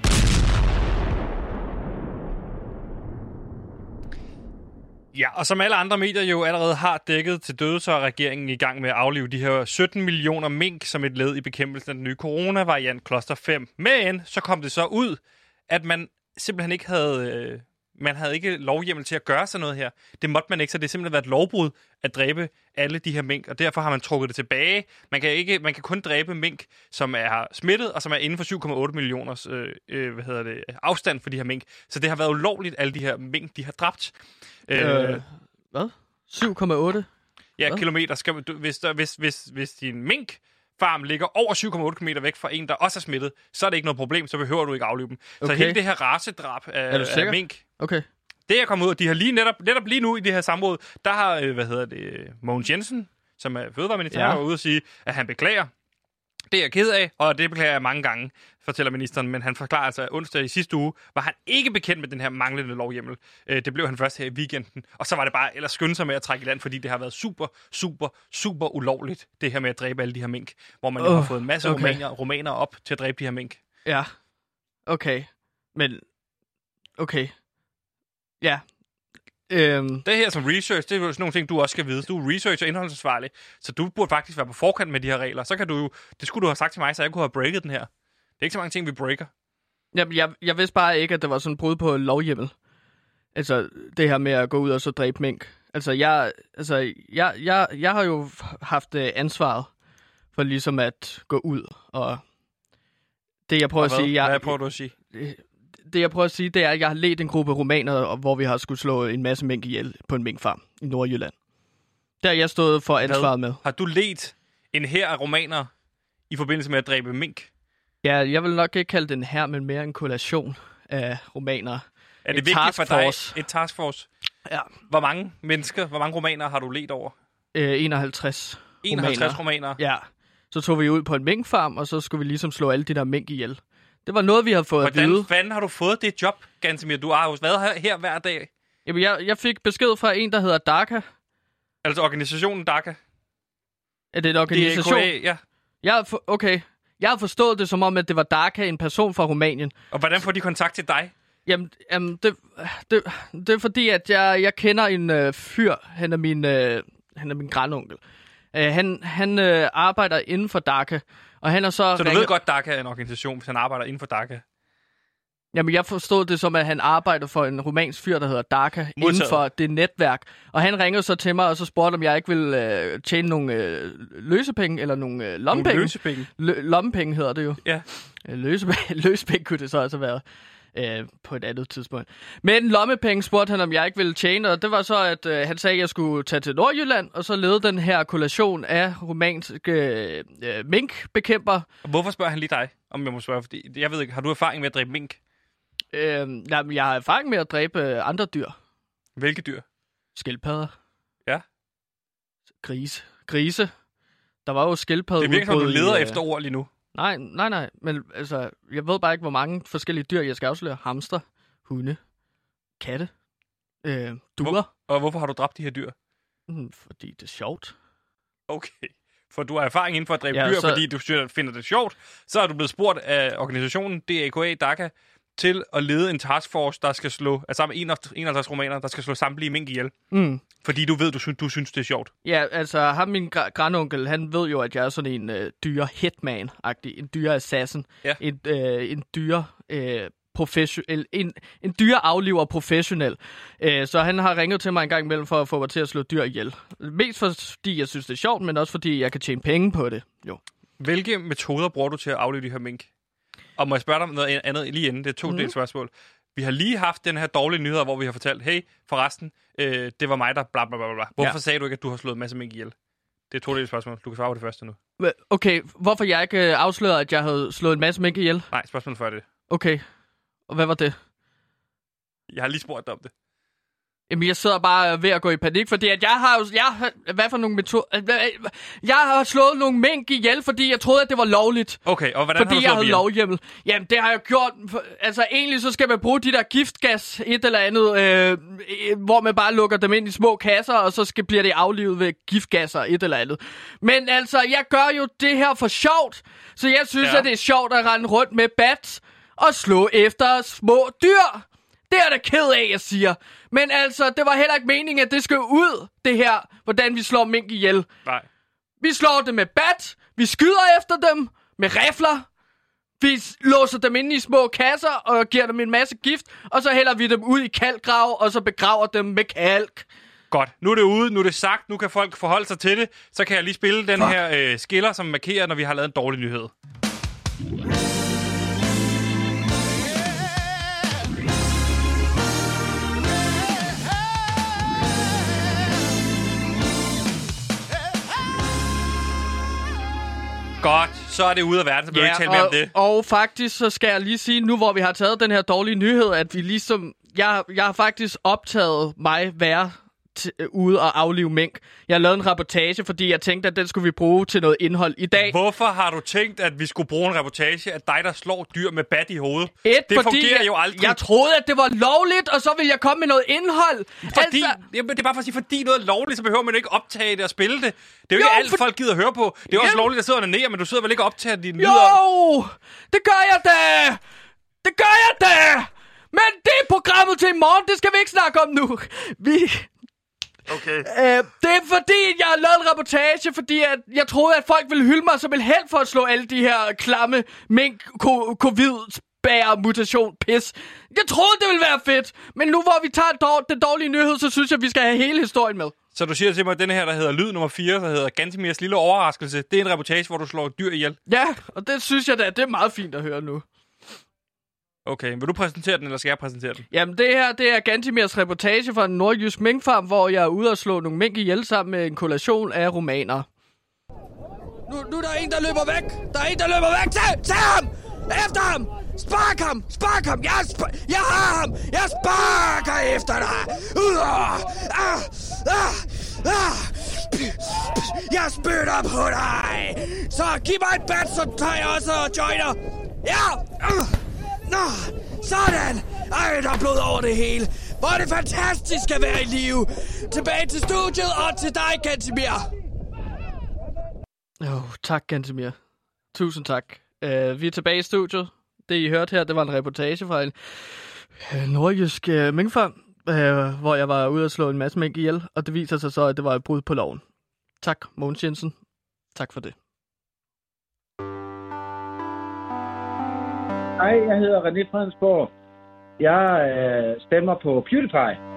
Ja, og som alle andre medier jo allerede har dækket til døde, så er regeringen i gang med at aflive de her sytten millioner mink som et led i bekæmpelsen af den nye coronavariant Cluster fem. Men så kom det så ud, at man simpelthen ikke havde... Øh, man havde ikke lovhjemmel til at gøre sådan noget her. Det måtte man ikke, så det har simpelthen været et lovbrud at dræbe alle de her mink, og derfor har man trukket det tilbage. Man kan, ikke, man kan kun dræbe mink, som er smittet, og som er inden for syv komma otte millioners øh, øh, hvad hedder det, afstand for de her mink. Så det har været ulovligt, alle de her mink, de har dræbt. Øh, hvad? syv komma otte? Ja, Hvad? kilometer. Skal, du, hvis, der, hvis, hvis, hvis din minkfarm ligger over syv komma otte kilometer væk fra en, der også er smittet, så er det ikke noget problem, så behøver du ikke aflive dem. Okay. Så hele det her racedrab af, Er du sikker? af mink, Okay. det er kommet ud, og de har lige netop, netop lige nu i det her samråd, der har, øh, hvad hedder det, Mogens Jensen, som er fødevareminister, Ja. ja. ude og sige, at han beklager. Det er jeg ked af, og det beklager jeg mange gange, fortæller ministeren, men han forklarer altså, at onsdag i sidste uge var han ikke bekendt med den her manglende lovhjemmel. Øh, det blev han først her i weekenden, og så var det bare ellers skynde sig med at trække i land, fordi det har været super, super, super ulovligt, det her med at dræbe alle de her mink, hvor man uh, jo Åh, har fået en masse okay. romaner, romaner op til at dræbe de her mink. Ja. Okay. Men... Okay. Ja. Øhm, Det her som research, det er jo sådan nogle ting, du også skal vide. Du er research- og indholdsansvarlig, så du burde faktisk være på forkant med de her regler. Så kan du jo, det skulle du have sagt til mig, så jeg kunne have breaket den her. Det er ikke så mange ting, vi breaker. Jamen, jeg, jeg vidste bare ikke, at det var sådan et brud på lovhjemmel. Altså, det her med at gå ud og så dræbe mink. Altså, jeg, altså, jeg, jeg, jeg har jo haft øh, ansvaret for ligesom at gå ud, og det, jeg prøver og at sige... Jeg, hvad prøver du at sige? Det, det, jeg prøver at sige, det er, at jeg har ledt en gruppe rumænere, hvor vi har skulle slå en masse mink ihjel på en minkfarm i Nordjylland. Der er jeg stået for ansvaret med. Har du ledt en hær af romanere i forbindelse med at dræbe mink? Ja, jeg vil nok ikke kalde det en hær, men mere en koalition af romanere. Er det en vigtigt for dig? force. Et taskforce? Ja. Hvor mange mennesker, hvor mange romanere har du ledt over? Øh, enoghalvtreds. enoghalvtreds romanere? Ja. Så tog vi ud på en minkfarm, og så skulle vi ligesom slå alle de der mink ihjel. Det var noget, vi havde fået Hvordan at vide. fanden har du fået det job, Gantemir? Du har jo været her, her hver dag. Jamen, jeg, jeg fik besked fra en, der hedder D A C A. Altså organisationen D A C A? Er det en organisation? D A K A, ja. Jeg har for, okay. Jeg har forstået det som om, at det var D A C A, en person fra Rumænien. Og hvordan får de kontakt til dig? Jamen, jamen det, det, det er fordi, at jeg, jeg kender en øh, fyr. Han er min, øh, han er min grandonkel. Uh, han han øh, arbejder inden for D A C A. Og han er så... Så du ringer... ved godt, D A C A er en organisation, hvis han arbejder inden for D A C A? Jamen, jeg forstod det som, at han arbejder for en rumænsk fyr, der hedder D A C A, Modtaget. inden for det netværk. Og han ringede så til mig, og så spurgte, om jeg ikke ville øh, tjene nogle øh, løsepenge, eller nogle øh, lommepenge. Nogle løsepenge? Lø- lommepenge hedder det jo. Ja. Øh, løsepenge, løsepenge kunne det så altså være øh, på et andet tidspunkt. Men lommepenge spurgte han, om jeg ikke ville tjene, og det var så, at øh, han sagde, at jeg skulle tage til Nordjylland, og så lede den her koalition af rumænske øh, minkbekæmper. Hvorfor spørger han lige dig, om jeg må spørge? Fordi jeg ved ikke, har du erfaring med at dræbe mink? Øh, jamen, jeg har erfaring med at dræbe øh, andre dyr. Hvilke dyr? Skildpadder. Ja. Grise. Grise. Der var jo skildpadder. Det virker som, du leder i, efter ord lige nu. Nej, nej, nej. Men altså, jeg ved bare ikke, hvor mange forskellige dyr, jeg skal afsløre. Hamster, hunde, katte, øh, duer. Hvor, og hvorfor har du dræbt de her dyr? Mm, fordi det er sjovt. Okay. For du har erfaring inden for at dræbe Ja, dyr, så... fordi du finder det sjovt. Så er du blevet spurgt af organisationen D A K A, D A C A, til at lede en taskforce, der skal slå, altså sammen med enoghalvtreds romaner, der skal slå samtlige mink ihjel. Mm. Fordi du ved, du synes, du synes det er sjovt. Ja, altså ham, min gra- grandonkel, han ved jo, at jeg er sådan en øh, dyre hitman-agtig, en dyre assassin, ja. en, øh, en dyre øh, professionel, en, en dyre afliver professionel. Øh, så han har ringet til mig en gang imellem for at få mig til at slå dyr ihjel. Mest fordi jeg synes, det er sjovt, men også fordi jeg kan tjene penge på det. Jo. Hvilke metoder bruger du til at aflive de her mink? Og må jeg spørge dig om noget andet lige inden? Det er to mm. del spørgsmål. Vi har lige haft den her dårlige nyhed, hvor vi har fortalt, hey, forresten, øh, det var mig, der bla bla bla bla. Hvorfor ja. sagde du ikke, at du har slået en masse mink ihjel? Det er to del spørgsmål. Du kan svare på det første nu. Okay, hvorfor jeg ikke øh, afslørede, at jeg havde slået en masse mink ihjel? Nej, spørgsmålet før det. Okay, og hvad var det? Jeg har lige spurgt dig om det. Jamen, jeg sidder bare ved at gå i panik, fordi at jeg har jo... Jeg, hvad for nogle metoder... Jeg har slået nogle mink ihjel, fordi jeg troede, at det var lovligt. Okay, og hvordan fordi har du jeg slået havde lovhjemmel. Jamen, det har jeg gjort... Altså, egentlig så skal man bruge de der giftgas, et eller andet, øh, hvor man bare lukker dem ind i små kasser, og så skal, bliver det aflivet ved giftgasser, et eller andet. Men altså, jeg gør jo det her for sjovt, så jeg synes, ja. at det er sjovt at rende rundt med bats og slå efter små dyr. Det er da ked af, jeg siger. Men altså, det var heller ikke meningen, at det skal ud, det her, hvordan vi slår mink ihjel. Nej. Vi slår dem med bat, vi skyder efter dem med rifler, vi låser dem inde i små kasser og giver dem en masse gift, og så hælder vi dem ud i kalkgrav, og så begraver dem med kalk. Godt. Nu er det ude, nu er det sagt, nu kan folk forholde sig til det. Så kan jeg lige spille den Fuck. her øh, skiller, som markerer, når vi har lavet en dårlig nyhed. Godt, så er det ude af verden, så vil ja, ikke tale mere om det. Og faktisk, så skal jeg lige sige, nu hvor vi har taget den her dårlige nyhed, at vi ligesom... Jeg, jeg har faktisk optaget mig være t- ude og aflive mink. Jeg har lavet en reportage, fordi jeg tænkte, at den skulle vi bruge til noget indhold i dag. Hvorfor har du tænkt, at vi skulle bruge en reportage af dig, der slår dyr med bat i hovedet? Et, det fungerer jeg, jo aldrig. Jeg troede, at det var lovligt, og så ville jeg komme med noget indhold. Fordi, altså... jamen, det er bare for at sige, fordi noget er lovligt, så behøver man ikke optage det og spille det. Det er jo, jo ikke alt, for... folk gider at høre på. Det er også jamen... lovligt, at sidde og nære, men du sidder vel ikke og optager dine lyder? Jo, det gør jeg da! Det gør jeg da! Men det er programmet til i morgen, det skal vi ikke snakke om nu. Vi... Okay. Øh, det er fordi, jeg har lavet en reportage, fordi at jeg troede, at folk ville hylde mig som en held for at slå alle de her klamme mink-covid bærer mutation pis. Jeg troede, det ville være fedt, men nu hvor vi tager dår- den dårlige nyhed, så synes jeg, vi skal have hele historien med. Så du siger til mig, at den her, der hedder lyd nummer fire, der hedder Gantemirs lille overraskelse, det er en reportage, hvor du slår et dyr ihjel? Ja, og det synes jeg da, det er meget fint at høre nu. Okay, vil du præsentere den, eller skal jeg præsentere den? Jamen, det her, det er Gantemirs reportage fra en nordjysk minkfarm, hvor jeg er ude og slå nogle mink ihjel sammen med en kollation af romaner. Nu, nu er der en, der løber væk! Der er en, der løber væk! Tag, tag ham! Efter ham! Spark ham! Spark ham! Jeg, sp- jeg har ham! Jeg sparker efter dig! Uh, ah, ah, ah. Jeg spytter på dig! Så giv mig et bat, så tager jeg også og joiner! Ja! Uh. Nå, sådan! Ej, der er blod over det hele! Hvor er det fantastisk at være i live! Tilbage til studiet og til dig, Gantemir! Åh, oh, tak, Gantemir. Tusind tak. Uh, vi er tilbage i studiet. Det, I hørte her, det var en reportage fra en uh, nordjysk uh, minkfarm, uh, hvor jeg var ude og slå en masse mink ihjel, og det viser sig så, at det var et brud på loven. Tak, Mogens Jensen. Tak for det. Hej, jeg hedder René Fredensborg. Jeg øh, stemmer på PewDiePie.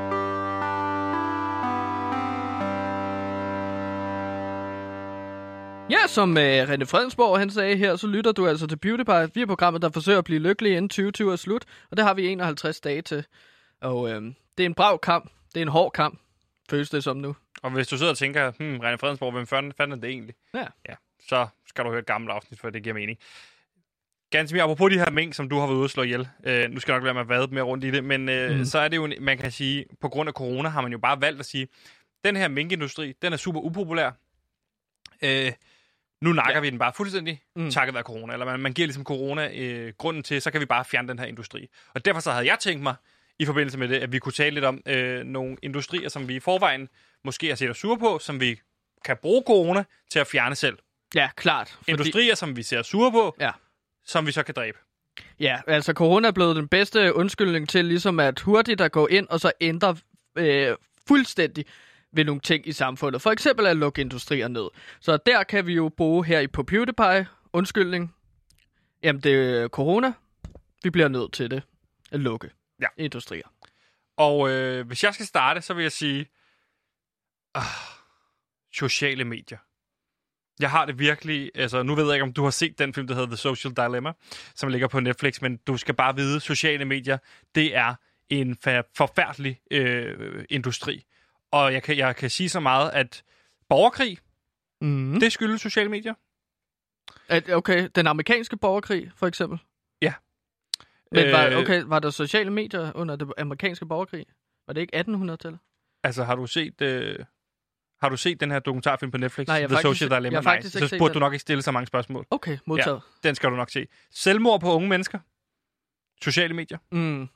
Ja, som øh, René Fredensborg han sagde her, så lytter du altså til PewDiePie. Vi er programmet, der forsøger at blive lykkelige inden tyve tyve er slut, og det har vi enoghalvtreds dage til. Og øh, det er en brav kamp. Det er en hård kamp, føles det som nu. Og hvis du sidder og tænker, hmm, René Fredensborg, hvem fanden er det egentlig? Ja. Ja, så skal du høre et gammelt afsnit, for det giver mening. Ganske mere, apropos de her mink, som du har været ude at slå ihjel. Øh, nu skal jeg nok lade mig vade mere rundt i det, men øh, mm. så er det jo, man kan sige, på grund af corona har man jo bare valgt at sige, den her minkindustri, den er super upopulær. Øh, nu nakker ja. vi den bare fuldstændig, mm. takket være corona. Eller man, man giver ligesom corona øh, grunden til, så kan vi bare fjerne den her industri. Og derfor så havde jeg tænkt mig, i forbindelse med det, at vi kunne tale lidt om øh, nogle industrier, som vi i forvejen måske har set os sure på, som vi kan bruge corona til at fjerne selv. Ja, klart. Fordi... Industrier, som vi ser sure på, ja. som vi så kan dræbe. Ja, altså corona er blevet den bedste undskyldning til ligesom at hurtigt at gå ind og så ændre øh, fuldstændig ved nogle ting i samfundet. For eksempel at lukke industrier ned. Så der kan vi jo bruge her i på PewDiePie undskyldning. Jamen det er corona. Vi bliver nødt til det. At lukke ja. industrier. Og øh, hvis jeg skal starte, så vil jeg sige øh, sociale medier. Jeg har det virkelig, altså nu ved jeg ikke, om du har set den film, der hedder The Social Dilemma, som ligger på Netflix, men du skal bare vide, sociale medier, det er en fa- forfærdelig øh, industri. Og jeg kan, jeg kan sige så meget, at borgerkrig, mm. det skyldes sociale medier. At, okay, den amerikanske borgerkrig, for eksempel? Ja. Men var, okay, var der sociale medier under det amerikanske borgerkrig? Var det ikke attenhundredetallet? Altså, har du set... Øh Har du set den her dokumentarfilm på Netflix? Nej, jeg The faktisk, Social Dilemma? jeg Nej, faktisk så burde du nok ikke stille så mange spørgsmål. Okay, modtaget. Ja, den skal du nok se. Selvmord på unge mennesker. Sociale medier. Mm.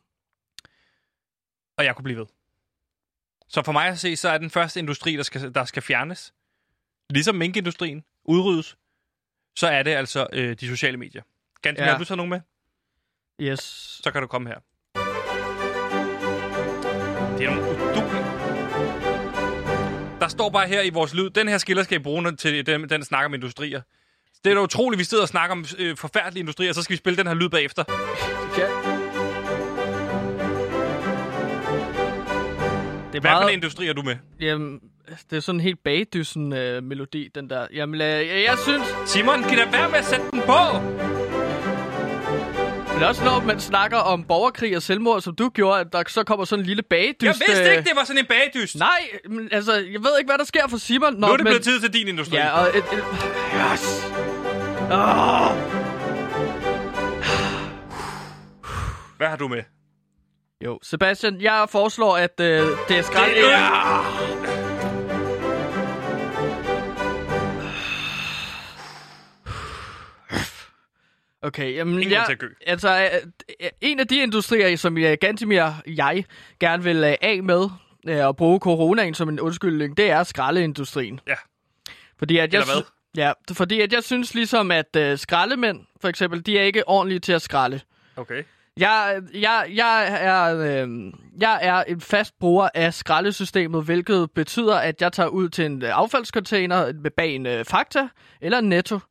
Og jeg kunne blive ved. Så for mig at se, så er den første industri, der skal, der skal fjernes, ligesom minkindustrien, udryddes, så er det altså øh, de sociale medier. Ganske ja. Har du taget nogen med? Yes. Så kan du komme her. Det er nogle udulige. Der står bare her i vores lyd, den her skiller skal I bruge til den, den snakker om industrier. Det er da utroligt, vi sidder og snakker om øh, forfærdelige industrier, og så skal vi spille den her lyd bagefter. Ja. Det er Hvad meget... for en industri er du med? Jamen, det er sådan en helt bagdyssen øh, melodi, den der. Jamen, øh, jeg, jeg synes... Simon, kan da være med at sætte den på? Men også når man snakker om borgerkrig og selvmord, som du gjorde, at der så kommer sådan en lille bagdyst... Jeg vidste ikke, det var sådan en bagdyst. Nej, men altså, jeg ved ikke, hvad der sker for Simon. Når, nu er det men... blevet tid til din industri. Ja, og... Et, et... Yes! Oh! Hvad har du med? Jo, Sebastian, jeg foreslår, at øh, det er skrald... Det er... Okay, jamen... Ingen jeg, altså, øh, en af de industrier, som jeg, Gantemir jeg gerne vil øh, af med øh, og bruge coronaen som en undskyldning, det er skraldeindustrien. Ja. Fordi at jeg... Eller hvad? Ja, fordi at jeg synes ligesom, at øh, skraldemænd, for eksempel, de er ikke ordentlige til at skralde. Okay. Jeg, jeg, jeg, er, øh, jeg er en fast bruger af skraldesystemet, hvilket betyder, at jeg tager ud til en affaldscontainer bag en øh, Fakta eller en Netto.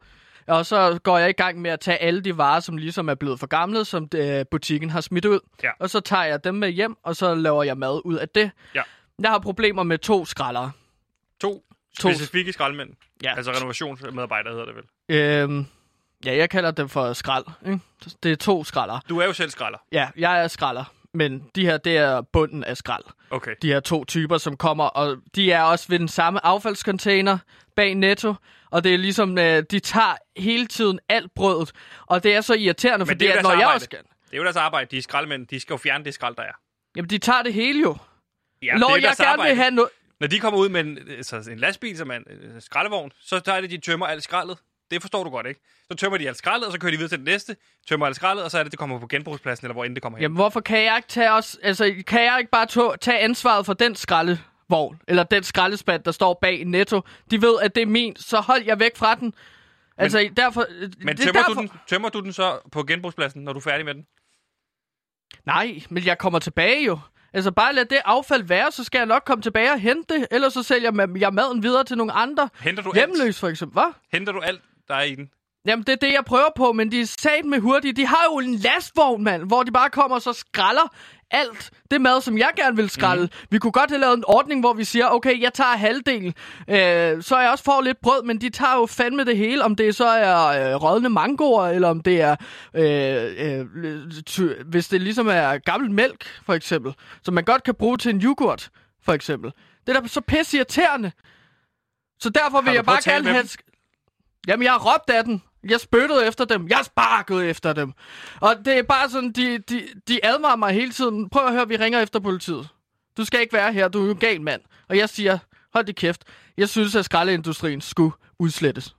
Og så går jeg i gang med at tage alle de varer, som ligesom er blevet for gamle, som øh, butikken har smidt ud. Ja. Og så tager jeg dem med hjem, og så laver jeg mad ud af det. Ja. Jeg har problemer med to skraldere. To, To. specifikke skraldemænd? Ja. Altså renovationsmedarbejdere hedder det vel? Øhm, ja, jeg kalder dem for skrald. Ikke? Det er to skraldere. Du er jo selv skralder. Ja, jeg er skralder. Men de her, det er bunden af skrald. Okay. De her to typer, som kommer, og de er også ved den samme affaldscontainer bag Netto. Og det er ligesom, øh, de tager hele tiden alt brødet. Og det er så irriterende, Men fordi det er jo at, deres når jeg arbejde. også skal... Det er jo deres arbejde, de er skraldemænd. De skal jo fjerne det skrald, der er. Jamen, de tager det hele jo. Ja, når det er jo jeg deres gerne arbejde. vil have noget... Når de kommer ud med en, altså en lastbil, som er en øh, skraldevogn, så tager det, de tømmer alt skraldet. Det forstår du godt, ikke? Så tømmer de alt skraldet, og så kører de videre til det næste, tømmer alt skraldet, og så er det, det kommer på genbrugspladsen, eller hvor end det kommer hen. Jamen, hvorfor kan jeg ikke tage os... Altså, kan jeg ikke bare to, tage ansvaret for den skraldevogn, eller den skraldespand, der står bag Netto? De ved, at det er min, så hold jeg væk fra den. Men, altså, derfor... Men det tømmer, derfor... du den, tømmer du den så på genbrugspladsen, når du er færdig med den? Nej, men jeg kommer tilbage jo. Altså, bare lad det affald være, så skal jeg nok komme tilbage og hente det. Ellers så sælger jeg maden videre til nogle andre. Henter du Hjemløs, alt? for eksempel. Hvad? Henter du alt, der er i den? Jamen, det er det, jeg prøver på, men de er sat med hurtigt. De har jo en lastvogn, mand, hvor de bare kommer og så skralder alt det mad, som jeg gerne vil skralde. Mm. Vi kunne godt have lavet en ordning, hvor vi siger, okay, jeg tager halvdelen, øh, så jeg også får lidt brød, men de tager jo fandme det hele, om det så er øh, rådne mangoer, eller om det er, øh, øh, ty- hvis det ligesom er gammel mælk, for eksempel, som man godt kan bruge til en yoghurt, for eksempel. Det er da så pisse irriterende. Så derfor vil jeg bare gerne have... Jamen, jeg har råbt af den. Jeg spyttede efter dem. Jeg sparkede efter dem. Og det er bare sådan, de, de, de advarer mig hele tiden. Prøv at høre, vi ringer efter politiet. Du skal ikke være her, du er jo en gal mand. Og jeg siger, hold det kæft. Jeg synes, at skraldeindustrien skulle udslettes.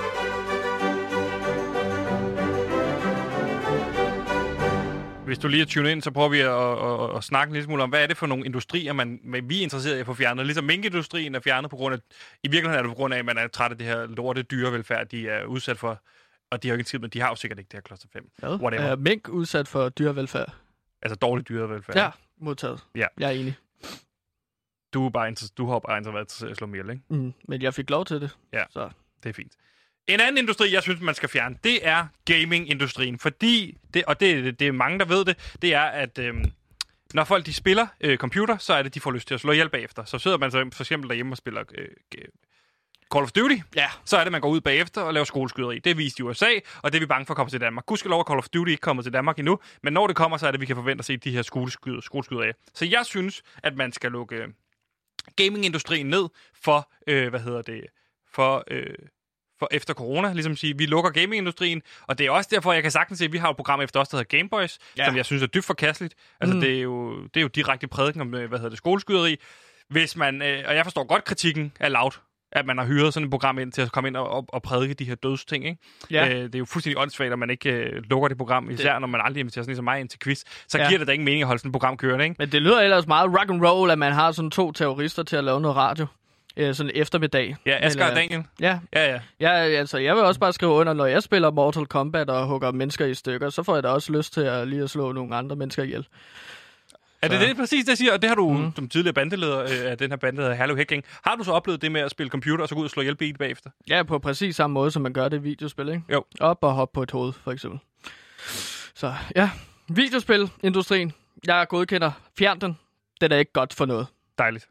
Hvis du lige er tunet ind, så prøver vi at, at, at, at snakke en lille smule om, hvad er det for nogle industrier, man, man, vi er interesseret i at få fjernet. Ligesom minkindustrien er fjernet på grund af, i virkeligheden er det på grund af, at man er træt af det her lorte dyrevelfærd, de er udsat for. Og de har jo ikke tid, men de har jo sikkert ikke det her kloster fem. Hvad? Er mink udsat for dyrevelfærd? Altså dårlig dyrevelfærd. Ja, modtaget. Ja. Jeg er enig. Du, er bare du har bare været til at slå mig ihjel, ikke? Mm, men jeg fik lov til det. Ja, så det er fint. En anden industri, jeg synes, man skal fjerne, det er gamingindustrien. Fordi, det, og det, det, det er mange, der ved det, det er, at øhm, når folk de spiller øh, computer, så er det, de får lyst til at slå ihjel bagefter. Så sidder man så for eksempel derhjemme og spiller øh, Call of Duty, ja. Så er det, man går ud bagefter og laver skoleskyderi. Det er vist i U S A, og det er vi bange for at komme til Danmark. Gudskelov er Call of Duty ikke kommet til Danmark endnu, men når det kommer, så er det, vi kan forvente at se de her skoleskyder, skoleskyderier. Så jeg synes, at man skal lukke øh, gamingindustrien ned for, øh, hvad hedder det, for... Øh, for efter corona, ligesom sige, vi lukker gamingindustrien, og det er også derfor, jeg kan sagtens se, at vi har et program efter os, der hedder Gameboys, ja. Som jeg synes er dybt forkasteligt. Altså, mm. det, er jo, det er jo direkte prædiken om, hvad hedder det, skoleskyderi. Hvis man, øh, og jeg forstår godt kritikken af Loud, at man har hyret sådan et program ind til at komme ind og, og, og prædike de her dødsting, ikke? Ja. Øh, det er jo fuldstændig åndssvagt, at man ikke øh, lukker det program, især det. Når man aldrig inviterer sådan som mig ind til quiz. Så ja. Giver det da ikke mening at holde sådan et program kørende, ikke? Men det lyder ellers meget rock and roll, at man har sådan to terrorister til at lave noget radio. Sådan eftermiddag. Ja, Asger og Daniel. Ja. Ja, ja. Ja, altså, jeg vil også bare skrive under, når jeg spiller Mortal Kombat og hugger mennesker i stykker, så får jeg da også lyst til at lige at slå nogle andre mennesker ihjel. Er det så. Det præcis, det siger? Og det har du, mm. som tidligere bandeleder øh, af den her bande, der hedder Herlev Hacking. Har du så oplevet det med at spille computer og så gå ud og slå ihjel beat bagefter? Ja, på præcis samme måde, som man gør det i videospil, ikke? Jo. Op og hoppe på et hoved, for eksempel. Så ja, videospilindustrien. Jeg godkender. Fjern den. Den er ikke godt for noget. Dejligt.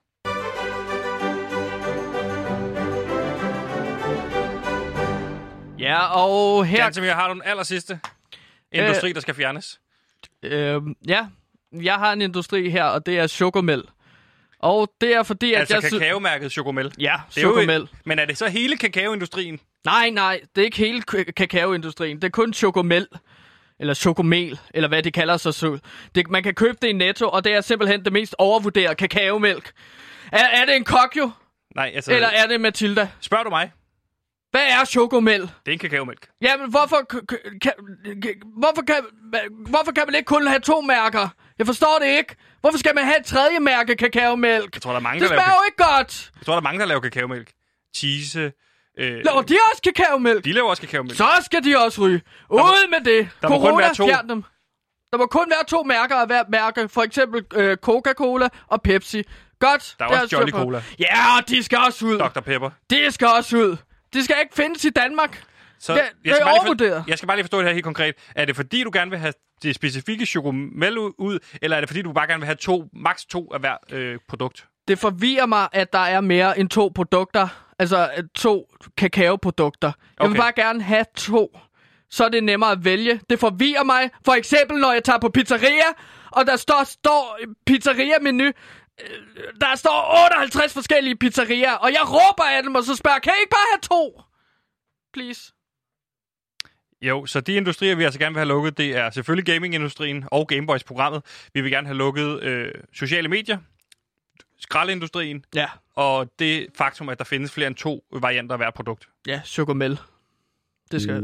Ja, og her... Gantemir, har du den aller sidste industri, øh, der skal fjernes? Øh, ja, jeg har en industri her, og det er chokomel. Og det er fordi, at altså jeg... Altså kakaomærket chokomel? Ja, chokomel. Men er det så hele kakaoindustrien? Nej, nej, det er ikke hele k- kakaoindustrien. Det er kun chokomel. Eller chokomel, eller hvad de kalder sig så. Det, man kan købe det i Netto, og det er simpelthen det mest overvurderede kakaomælk. Er, er det en kokjo? Nej, altså... Eller er det Matilda? Spørger du mig? Hvad er chokomel? Det er en kakaomælk. Jamen, hvorfor kan, kan, hvorfor, kan, hvorfor kan man ikke kun have to mærker? Jeg forstår det ikke. Hvorfor skal man have et tredje mærke kakaomælk? Jeg tror, der er mange, det der smager laver... jo ikke godt. Jeg tror, der er mange, der laver kakaomælk. Cheese... Øh... Laver de også kakaomælk? De laver også kakaomælk. Så skal de også ryge. Ud med det. Der må Corona, kun være to. Fjern dem. Der må kun være to mærker af hver mærke. For eksempel øh, Coca-Cola og Pepsi. Godt. Der er også Jolly Cola. Ja, de skal også ud. doktor Pepper. De skal også ud. De skal ikke findes i Danmark. Så det, jeg, det skal er overvurderet. for, jeg skal bare lige forstå det her helt konkret. Er det fordi, du gerne vil have det specifikke chocomel ud, eller er det fordi, du bare gerne vil have to, maks to af hver øh, produkt? Det forvirrer mig, at der er mere end to produkter. Altså to kakaoprodukter. Jeg okay. vil bare gerne have to. Så er det nemmere at vælge. Det forvirrer mig. For eksempel, når jeg tager på pizzeria, og der står, står pizzeria-menu. Der står otteoghalvtreds forskellige pizzerier, og jeg råber af dem, og så spørger, kan I ikke bare have to? Please. Jo, så de industrier, vi altså gerne vil have lukket, det er selvfølgelig gamingindustrien og Gameboys-programmet. Vi vil gerne have lukket øh, sociale medier, skraldeindustrien, ja. og det faktum, at der findes flere end to varianter af hvert produkt. Ja, chocomel. Det skal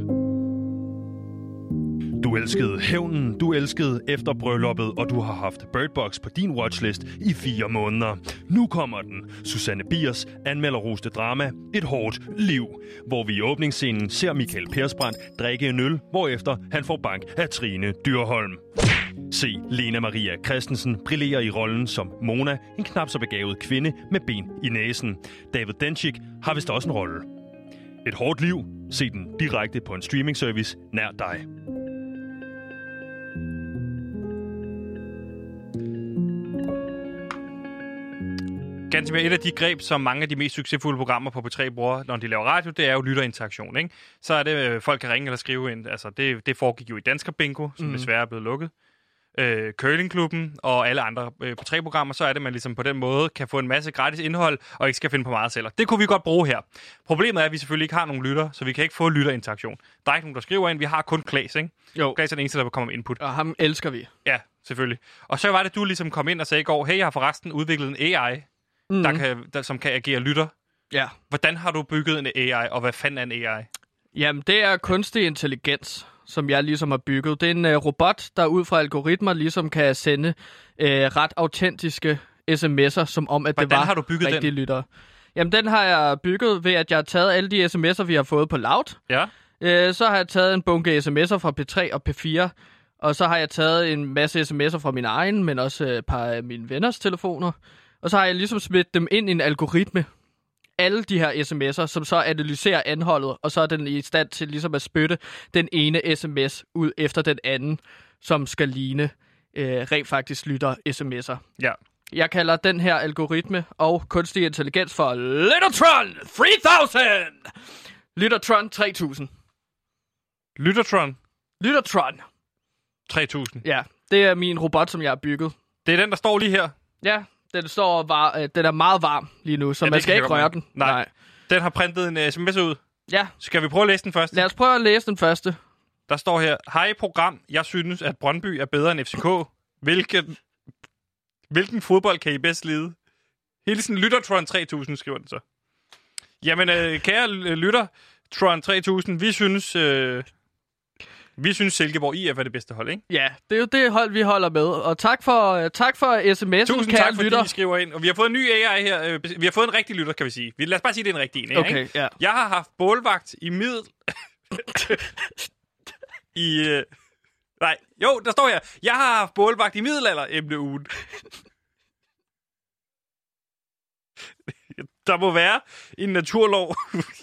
Du elskede hævnen, du elskede efter brylluppet, og du har haft Bird Box på din watchlist i fire måneder. Nu kommer den. Susanne Biers anmelderroste drama Et hårdt liv, hvor vi i åbningsscenen ser Michael Persbrandt drikke en øl, hvorefter han får bank af Trine Dyrholm. Se Lena Maria Christensen brillere i rollen som Mona, en knap så begavet kvinde med ben i næsen. David Dencik har vist også en rolle. Et hårdt liv. Se den direkte på en streamingservice nær dig. Ganske med et af de greb, som mange af de mest succesfulde programmer på P tre bruger, når de laver radio, det er jo lytterinteraktion, ikke? Så er det, øh, folk kan ringe eller skrive ind. Altså, det, det foregik jo i Dansker Bingo, som mm. desværre er blevet lukket. Øh, Curlingklubben og alle andre øh, P tre programmer, så er det, at man ligesom på den måde kan få en masse gratis indhold, og ikke skal finde på meget selv. Det kunne vi godt bruge her. Problemet er, at vi selvfølgelig ikke har nogen lytter, så vi kan ikke få lytterinteraktion. Der er ikke nogen, der skriver ind. Vi har kun Klaas, ikke? Jo. Klaas er den eneste, der kommer med input. Og ham elsker vi. Ja, selvfølgelig. Og så var det, du ligesom kom ind og sagde i går, hey, jeg har forresten udviklet en A I, mm. der kan, der, som kan agere lytter. Ja. Hvordan har du bygget en A I, og hvad fanden er en A I? Jamen, det er kunstig intelligens, som jeg ligesom har bygget. Det er en uh, robot, der ud fra algoritmer ligesom kan sende uh, ret autentiske sms'er, som om, at Hvordan det var har du bygget rigtige den? lyttere. Jamen, den har jeg bygget ved, at jeg har taget alle de sms'er, vi har fået på Loud. Ja. Uh, så har jeg taget en bunke sms'er fra P tre og P fire, og så har jeg taget en masse sms'er fra min egen, men også et par af mine venners telefoner. Og så har jeg ligesom smidt dem ind i en algoritme. Alle de her sms'er, som så analyserer anholdet, og så er den i stand til ligesom at spytte den ene sms ud efter den anden, som skal ligne øh, rent faktisk lytter sms'er. Ja. Jeg kalder den her algoritme og kunstig intelligens for Lyttertron tre tusind! Lyttertron tre tusind. Lyttertron? Lyttertron. tre tusind? Ja, det er min robot, som jeg har bygget. Det er den, der står lige her? Ja. Den står var, øh, den er meget varm lige nu, så ja, man skal ikke røre den. Nej. Nej. Den har printet en uh, sms ud. Ja. Skal vi prøve at læse den første? Lad os prøve at læse den første. Der står her: hej program, jeg synes, at Brøndby er bedre end F C K. Hvilken, hvilken fodbold kan I bedst lide? Hilsen Lyttertron tre tusind, skriver den så. Jamen, øh, kære lytter, Tron tre tusind, vi synes... Øh, Vi synes, Silkeborg I F er det bedste hold, ikke? Ja, det er jo det hold, vi holder med. Og tak for, uh, tak for sms'en, Tusind tak, fordi I skriver ind. Og vi har fået en ny A I her. Vi har fået en rigtig lytter, kan vi sige. Lad os bare sige, det er en rigtig en, okay, ikke? Ja. Jeg har haft bålvagt i middel... I... Uh... Nej, jo, der står her. Jeg har haft bålvagt i middelalder emneugen. Der må være en naturlov...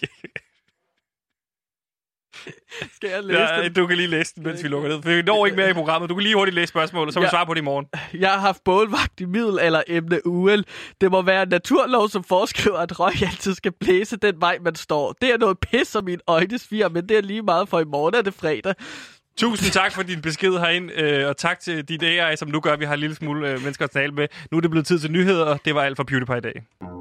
Skal jeg læse ja, den? Du kan lige læse den, mens vi lukker ned. For vi når ikke mere i programmet. Du kan lige hurtigt læse spørgsmålet, så vil ja. vi svare på det i morgen. Jeg har haft bålvagt i middelalder emne ugen. Det må være en naturlov, som foreskriver, at røg altid skal blæse den vej, man står. Det er noget pis, som mine øjne sviger, men det er lige meget, for i morgen er det fredag. Tusind tak for din besked herinde, øh, og tak til dit A I, som nu gør, at vi har en lille smule øh, mennesker at tale med. Nu er det blevet tid til nyheder, og det var alt for PewDiePie i dag.